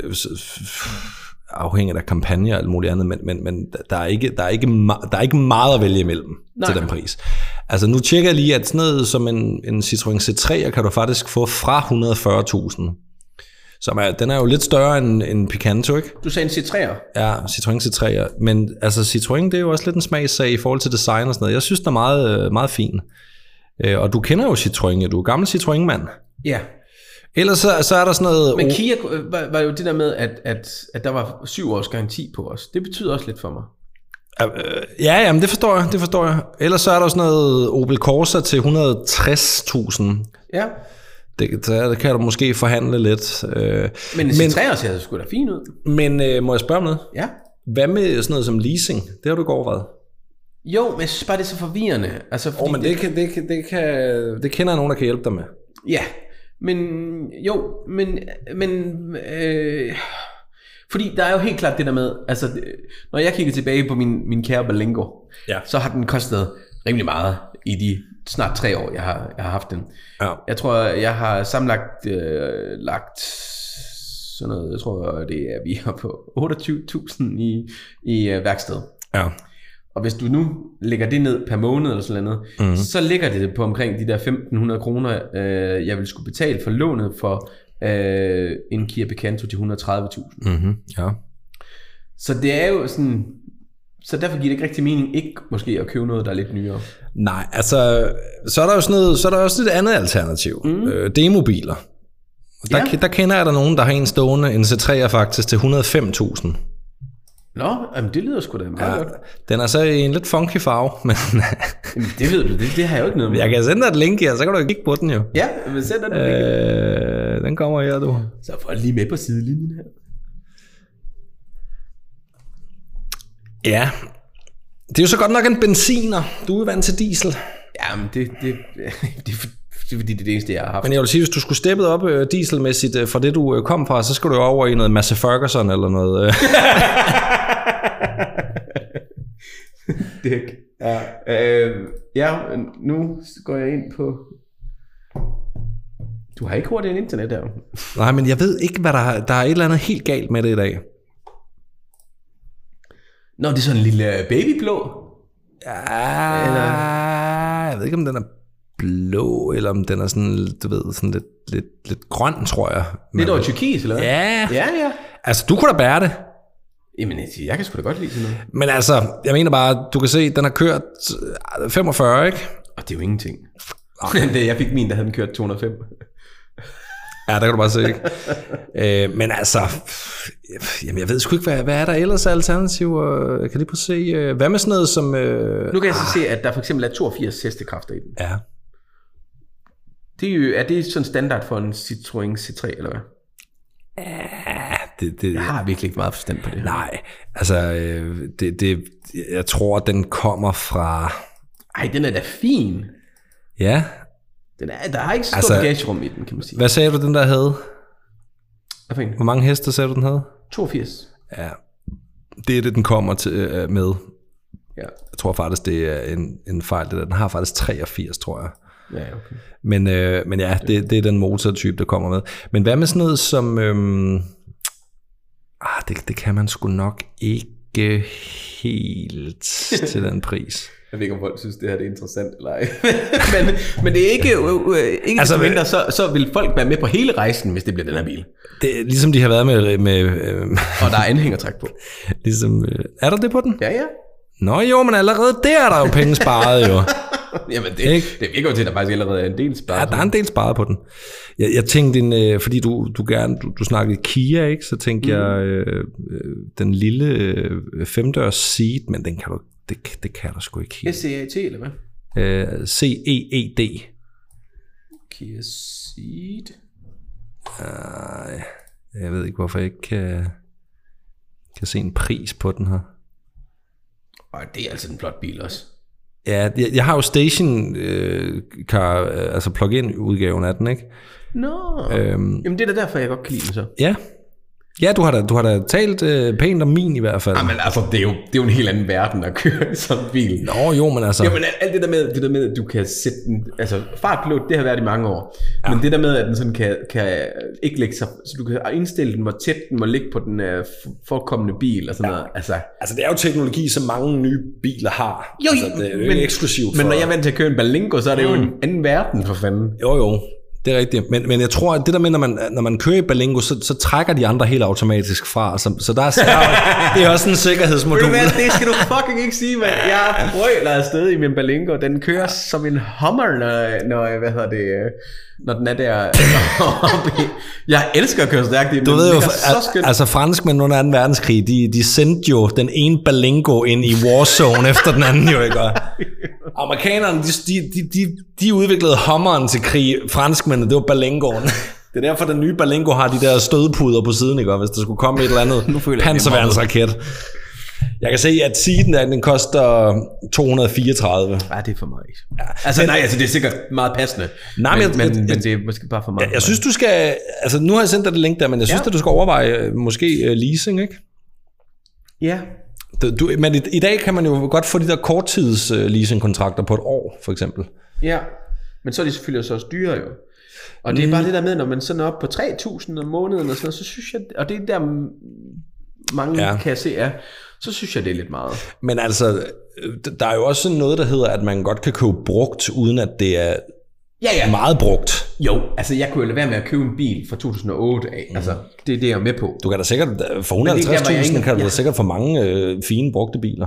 afhængigt af kampagner og alt muligt andet, men, men, men der, er ikke, der, er ikke ma- der er ikke meget at vælge imellem Nej. til den pris. Altså, nu tjekker jeg lige, at sådan noget som en, en Citroën C tre kan du faktisk få fra et hundrede og fyrre tusind. Som er, den er jo lidt større end en Picanto, ikke? Du sagde en C tre'er. Ja, Citroën C tre. Men altså, Citroën, det er jo også lidt en smagssag i forhold til design og sådan noget. Jeg synes, den er meget, meget fin. Og du kender jo Citroën, du er gammel Citroën-mand. Ja. Ellers så, så er der sådan noget... Men Kia var, var jo det der med, at, at, at der var syv års garanti på os. Det betyder også lidt for mig. Ja, jamen det forstår jeg, det forstår jeg. Ellers så er der sådan noget Opel Corsa til et hundrede og tres tusind. Ja. Det, der kan du måske forhandle lidt. Men en C tre'er ser sgu da fint ud. Men øh, må jeg spørge om noget? Ja. Hvad med sådan noget som leasing? Det har du ikke overvejet. Jo, men jeg synes bare, det er så forvirrende. Altså, fordi oh, men det, det, kan, det, kan, det, kan, det kender jeg nogen, der kan hjælpe dig med. Ja, men jo, men, men øh, fordi der er jo helt klart det der med, altså når jeg kigger tilbage på min, min kære Berlingo, ja. så har den kostet rimelig meget i de snart tre år, jeg har, jeg har haft den. Ja. Jeg tror, jeg har sammenlagt øh, lagt sådan noget, jeg tror, det er, vi er på otteogtyve tusind i, i øh, værksted. Ja. Og hvis du nu lægger det ned per måned eller sådan noget, mm. så ligger det på omkring de der femten hundrede kroner, øh, jeg vil skulle betale for lånet for øh, en Kia Picanto til et hundrede og tredive tusind. Mm-hmm. Ja. Så det er jo sådan, så derfor giver det ikke rigtig mening ikke måske at købe noget, der er lidt nyere. Nej, altså, så er der jo sådan noget, så er der også et andet alternativ. Mm. Øh, demobiler. Der, ja. der kender jeg der nogen, der har en stående, en C tre'er faktisk, til et hundrede og fem tusind. Nå, jamen det lyder sgu da meget ja, godt. Den er så i en lidt funky farve, men... Jamen det ved du, det, det har jeg jo ikke noget med. Jeg kan sende dig et link her, så kan du kigge på den jo. Ja, men send dig et link. Øh, den kommer her, du. Så får jeg lige med på sidelinjen her. Ja, det er jo så godt nok en benziner. Du er vant til diesel. Jamen det, det, det, det, det er fordi, det er det eneste, jeg har haft. Men jeg vil sige, hvis du skulle steppet op øh, dieselmæssigt øh, fra det, du øh, kom fra, så skulle du jo over i noget Massey Ferguson eller noget. Øh. Dæk. Ja. Øh, ja, nu går jeg ind på... Du har ikke hurtigt en internet der. Nej, men jeg ved ikke, hvad der er. Der er et eller andet helt galt med det i dag. Nå, det er sådan en lille babyblå. Ja, eller... jeg ved ikke, om den er blå, eller om den er sådan, du ved, sådan lidt, lidt, lidt grøn, tror jeg. Lidt over turkis, eller hvad? Ja. Ja, ja. Altså, du kunne da bære det. Jamen, jeg kan sgu da godt lide sådan noget. Men altså, jeg mener bare, du kan se, den har kørt femogfyrre, ikke? Og det er jo ingenting. Det, jeg fik min, der havde den kørt to hundrede og fem. Ja, der kan du bare se, ikke? øh, men altså, jamen jeg ved sgu ikke, hvad, hvad er der ellers af alternativer? Jeg kan lige prøve at se, hvad med sådan noget som... Øh, nu kan jeg så se, at der for eksempel er toogfirs hestekræfter i den. Ja. Det er, jo, er det sådan standard for en Citroën C tre, eller hvad? Ja, det, det, jeg har virkelig ikke meget forstand på det her. Nej, altså, det, det, jeg tror, den kommer fra... Ej, den er da fin. Ja. Den er, der er ikke så stort altså, bagagerum i den, kan man sige. Hvad sagde du, den der havde? Hvad Hvor mange heste sagde du, den havde? toogfirs. Ja, det er det, den kommer til, øh, med. Ja. Jeg tror faktisk, det er en, en fejl. Det der. Den har faktisk treogfirs, tror jeg. Ja, okay. Men, øh, men ja, det, det er den motortype, der kommer med. Men hvad med sådan noget som... Øhm, ah, det, det kan man sgu nok ikke helt til den pris. Jeg ved ikke, om folk synes, det her det er interessant eller ej. men, men det er ikke, øh, ikke altså, mindre, så, så vil folk være med på hele rejsen, hvis det bliver den her bil. Det er ligesom de har været med... med øh, og der er anhængertræk på. Ligesom, øh, er der det på den? Ja, ja. Nå jo, men allerede der er der jo penge sparet jo. Jamen det, det virker jo til, at der faktisk allerede er en del sparet. Ja, der er en del sparet på den. Jeg, jeg tænkte, en, øh, fordi du, du gerne du, du snakkede Kia, ikke? Så tænkte mm. jeg, øh, den lille øh, femdørs Ceed, men den kan du, det, det kan du sgu ikke helt. S C A T, eller hvad? Øh, C E E D. Kia Ceed. Øh, jeg ved ikke, hvorfor jeg ikke kan, kan se en pris på den her. Og det er altså en flot bil også. Ja, jeg, jeg har jo station øh, car, altså plug-in udgaven af den, ikke? Nå, Øhm, jamen det er da derfor, jeg godt kan lide den så. ja. Ja, du har da, du har da talt øh, pænt om min i hvert fald. Jamen altså, det er, jo, det er jo en helt anden verden at køre i sådan en bil. Nå jo, men altså... Jamen alt det der med, det der med, at du kan sætte den... Altså fartpilot, det har været i mange år. Ja. Men det der med, at den sådan kan, kan ikke lægge sig... Så du kan indstille den, hvor tæt den må ligge på den uh, forkommende bil og sådan ja. noget. Altså, altså det er jo teknologi, som mange nye biler har. Jo, altså, det er jo men, ikke eksklusivt for... Men når jeg er vant til at køre en Berlingo, så er det mm. jo en anden verden for fanden. Jo jo. Det er rigtigt, men, men jeg tror, at det der med, når man, når man kører i Berlingo, så, så trækker de andre helt automatisk fra, så, så der er, det er også en sikkerhedsmodul. Ved du hvad, det skal du fucking ikke sige, mand. Jeg brøler afsted i min Berlingo, den kører som en hummer, når, når hvad hedder det, når den er der. Jeg elsker at køre stærkt i den. Du ved jo, så skønt. Altså franskmænd under anden verdenskrig, de, de sendte jo den ene Berlingo ind i Warzone efter den anden, jo ikke? Amerikanerne, de, de, de, de udviklede Hummeren til krig. Franskmændene, det var Berlingoen. Det er derfor, den nye Berlingo har de der stødpuder på siden, ikke? Hvis der skulle komme et eller andet panserværnsraket. Jeg kan se, at Seaten der, den koster to hundrede og fireogtredive. Ja, det er for meget. Ja. Altså, nej, altså, det er sikkert meget passende. Nej, men, men, jeg, men, men det er måske bare for meget. Jeg, jeg synes, du skal... Altså, nu har jeg sendt dig det link der, men jeg synes, ja. at du skal overveje måske uh, leasing, ikke? Ja. Du, men i, i dag kan man jo godt få de der korttids uh, leasingkontrakter på et år, for eksempel. Ja, men så er de selvfølgelig så også dyre jo. Og det er bare det der med, når man sådan er oppe på tre tusind om måneden og sådan noget, så synes jeg, og det er der mange ja. kan jeg se er, så synes jeg, det er lidt meget. Men altså, der er jo også sådan noget, der hedder, at man godt kan købe brugt, uden at det er ja, ja. meget brugt. Jo, altså jeg kunne jo lade være med at købe en bil fra to tusind og otte af. Mm. Altså, det er det, jeg er med på. Du kan da sikkert, for et hundrede og halvtreds tusind kan du ja. da sikkert få mange øh, fine brugte biler.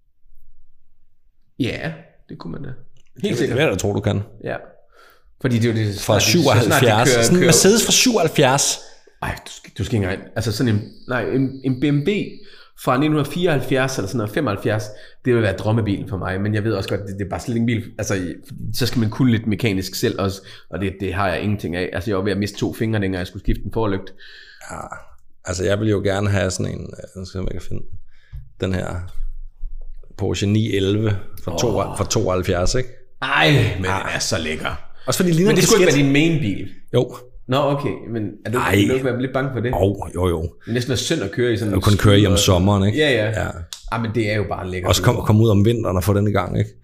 Ja, det kunne man da. Helt sikkert. Det er jeg da tror, du kan. Ja. Fordi det er jo det... Fra syvoghalvfjerds. Kører, sådan en Mercedes fra syvoghalvfjerds. Ej, du skal, du skal ikke engang... Altså sådan en... Nej, en, en B M W fra nitten fireoghalvfjerds eller sådan noget, femoghalvfjerds, det vil være drømmebilen for mig, men jeg ved også godt, det, det er bare slet ikke en bil, altså så skal man kunne lidt mekanisk selv også, og det, det har jeg ingenting af. Altså jeg var ved at miste to fingre, dengang jeg skulle skifte en forlygt. Ja, altså jeg vil jo gerne have sådan en, jeg skal se, om jeg kan finde den her Porsche ni elleve fra, oh. to, fra tooghalvfjerds, ikke? Ej, men ah. den er så lækker. Også fordi det men det skulle ikke være din main bil. Jo. Nå, okay, men er du, Ej. du ikke være lidt bange for det? Oh, jo, jo. Det er næsten synd at køre i sådan... Jeg kun køre i om sommeren, ikke? Ja, ja. ja. Ej, men det er jo bare lækkert. Også komme kom ud om vinteren og få den i gang, ikke?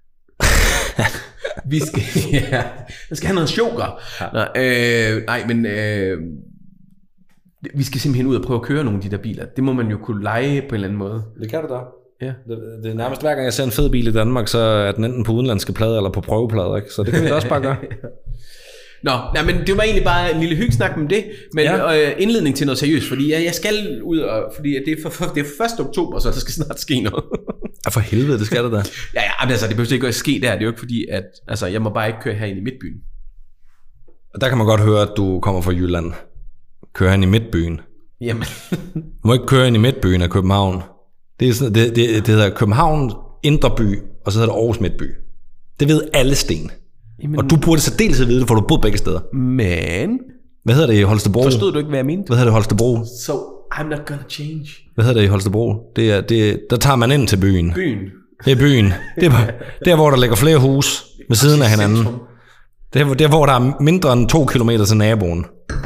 Vi skal... Ja, vi skal have noget sugar. Ja. Nå, øh, nej, men... Øh, vi skal simpelthen ud og prøve at køre nogle af de der biler. Det må man jo kunne lege på en eller anden måde. Det kan du da. Ja. Det, det er nærmest hver gang jeg ser en fed bil i Danmark, så er den enten på udenlandske plader eller på prøveplader, ikke? Så det kan vi da også bare gøre. Nå, nej, men det var egentlig bare en lille hyggesnak med det, men ja. øh, indledning til noget seriøst, fordi jeg, jeg skal ud, og, fordi det er, for, det er første oktober, så der skal snart ske noget. Ja, for helvede, det skal det da. ja, ja, men altså, det behøver ikke at ske der, det er jo ikke fordi, at altså, jeg må bare ikke køre herinde i midtbyen. Og der kan man godt høre, at du kommer fra Jylland. Køre hen i midtbyen. Jamen. Du må ikke køre ind i midtbyen af København. Det, er sådan, det, det, det hedder København Indre By, og så hedder det Aarhus Midtby. Det ved alle sten. Jamen, og du burde så dels vide det, for du har boet begge steder. Men... Hvad hedder det i Holstebro? Forstod du ikke, hvad jeg mente? Hvad hedder det i Holstebro? So, I'm not gonna change. Hvad hedder det i Holstebro? Det er, det, der tager man ind til byen. Byen? Det er byen. Det er der, hvor der ligger flere hus ved siden af hinanden. Det er der, hvor der er mindre end to kilometer til naboen.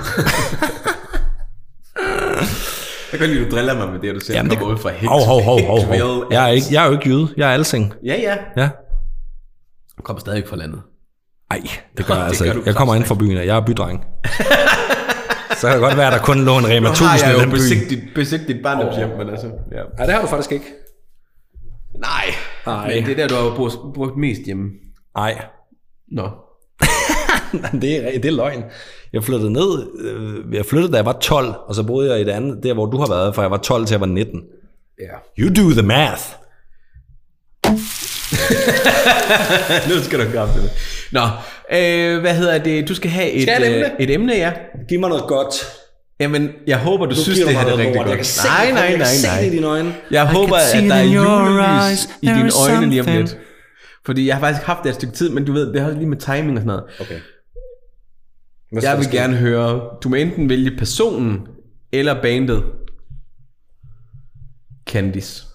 Jeg kan lide, du driller mig med det, du selv Jamen, kommer det... ud fra Higt. Hov, hov, hov, hov, hov. Jeg er, ikke, jeg er jo ikke jyde. Jeg er alsing. Ja, ja. Ja. Du kommer stadig ikke fra landet. Nej, det gør jeg altså ikke. Jeg kommer ind fra byen, jeg er bydreng. Så kan det godt være, at der kun lå en Rema tusind i den by. Nu har jeg jo besigt dit, besigt dit barndomshjem, oh. men altså... Ja. Nej, det har du faktisk ikke. Nej, Nej. Men det er der, du har brugt, brugt mest hjemme. Nej. Nå. det, er, det er løgn. Jeg flyttede ned, jeg flyttede da jeg var tolv, og så boede jeg i det andet, der hvor du har været, fra jeg var tolv til jeg var nitten. Ja. Yeah. You do the math. Nu skal du gøre det. Nå, øh, hvad hedder det? Du skal have et, skal et, emne? Øh, et emne, ja. Giv mig noget godt. Jamen, jeg håber, du, du synes, det her er rigtig godt. Jeg kan se, nej, nej, nej, nej. Se det i dine øjne. Jeg I håber, at der er julelys i dine øjne lige om lidt. Fordi jeg har faktisk haft det et stykke tid, men du ved, det har lige med timing og sådan noget. Okay. Jeg vil gerne høre, du må enten vælge personen eller bandet. Candice.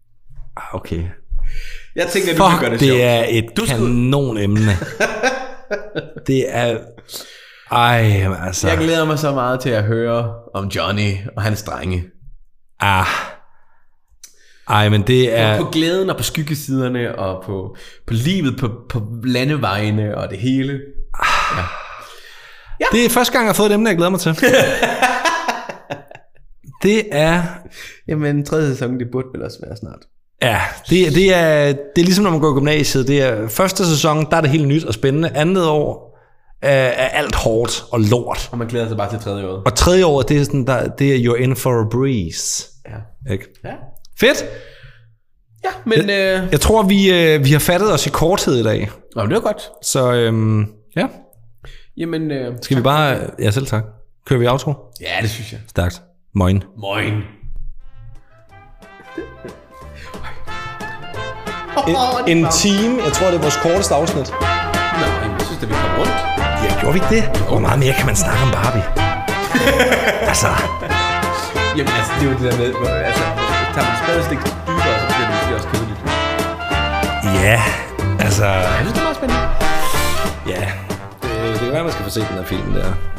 Okay. Jeg tænker, Fuck, du kan gøre det sjovt. Det er et kanonemne. Det er... Ej, altså... Jeg glæder mig så meget til at høre om Johnny og hans drenge. Ah... Ej, men det er... På glæden og på skyggesiderne og på, på livet på, på landevejene og det hele. Ja. Ja. Det er første gang, jeg har fået dem, der jeg glæder mig til. Det er... Jamen, tredje sæson, det burde vel også være snart. Ja, det, det, er, det er ligesom, når man går i gymnasiet. Det er første sæson, der er det helt nyt og spændende. Andet år er, er alt hårdt og lort. Og man glæder sig bare til tredje år. Og tredje år, det er sådan, der, det er you're in for a breeze. Ja. Ikke? Ja. Fedt! Ja, men... Jeg, øh... jeg tror, vi, øh, vi har fattet os i korthed i dag. Nå, det var godt. Så øhm, ja. Jamen... Øh... Skal vi bare... Ja, selv tak. Kører vi outro? Ja, det synes jeg. Stærkt. Moin. Moin. En, en time, jeg tror, det er vores korteste afsnit. Nå, jeg synes, at vi kom rundt. Ja, gjorde vi ikke det? Hvor meget mere kan man snakke om Barbie? altså... Jamen, altså, det er jo det der med... Altså, tager man spadestik dybere, så bliver det måske også kedeligt. Ja, altså... Jeg synes, det er meget spændende. Ja, det, det kan være, man skal få set den her film der.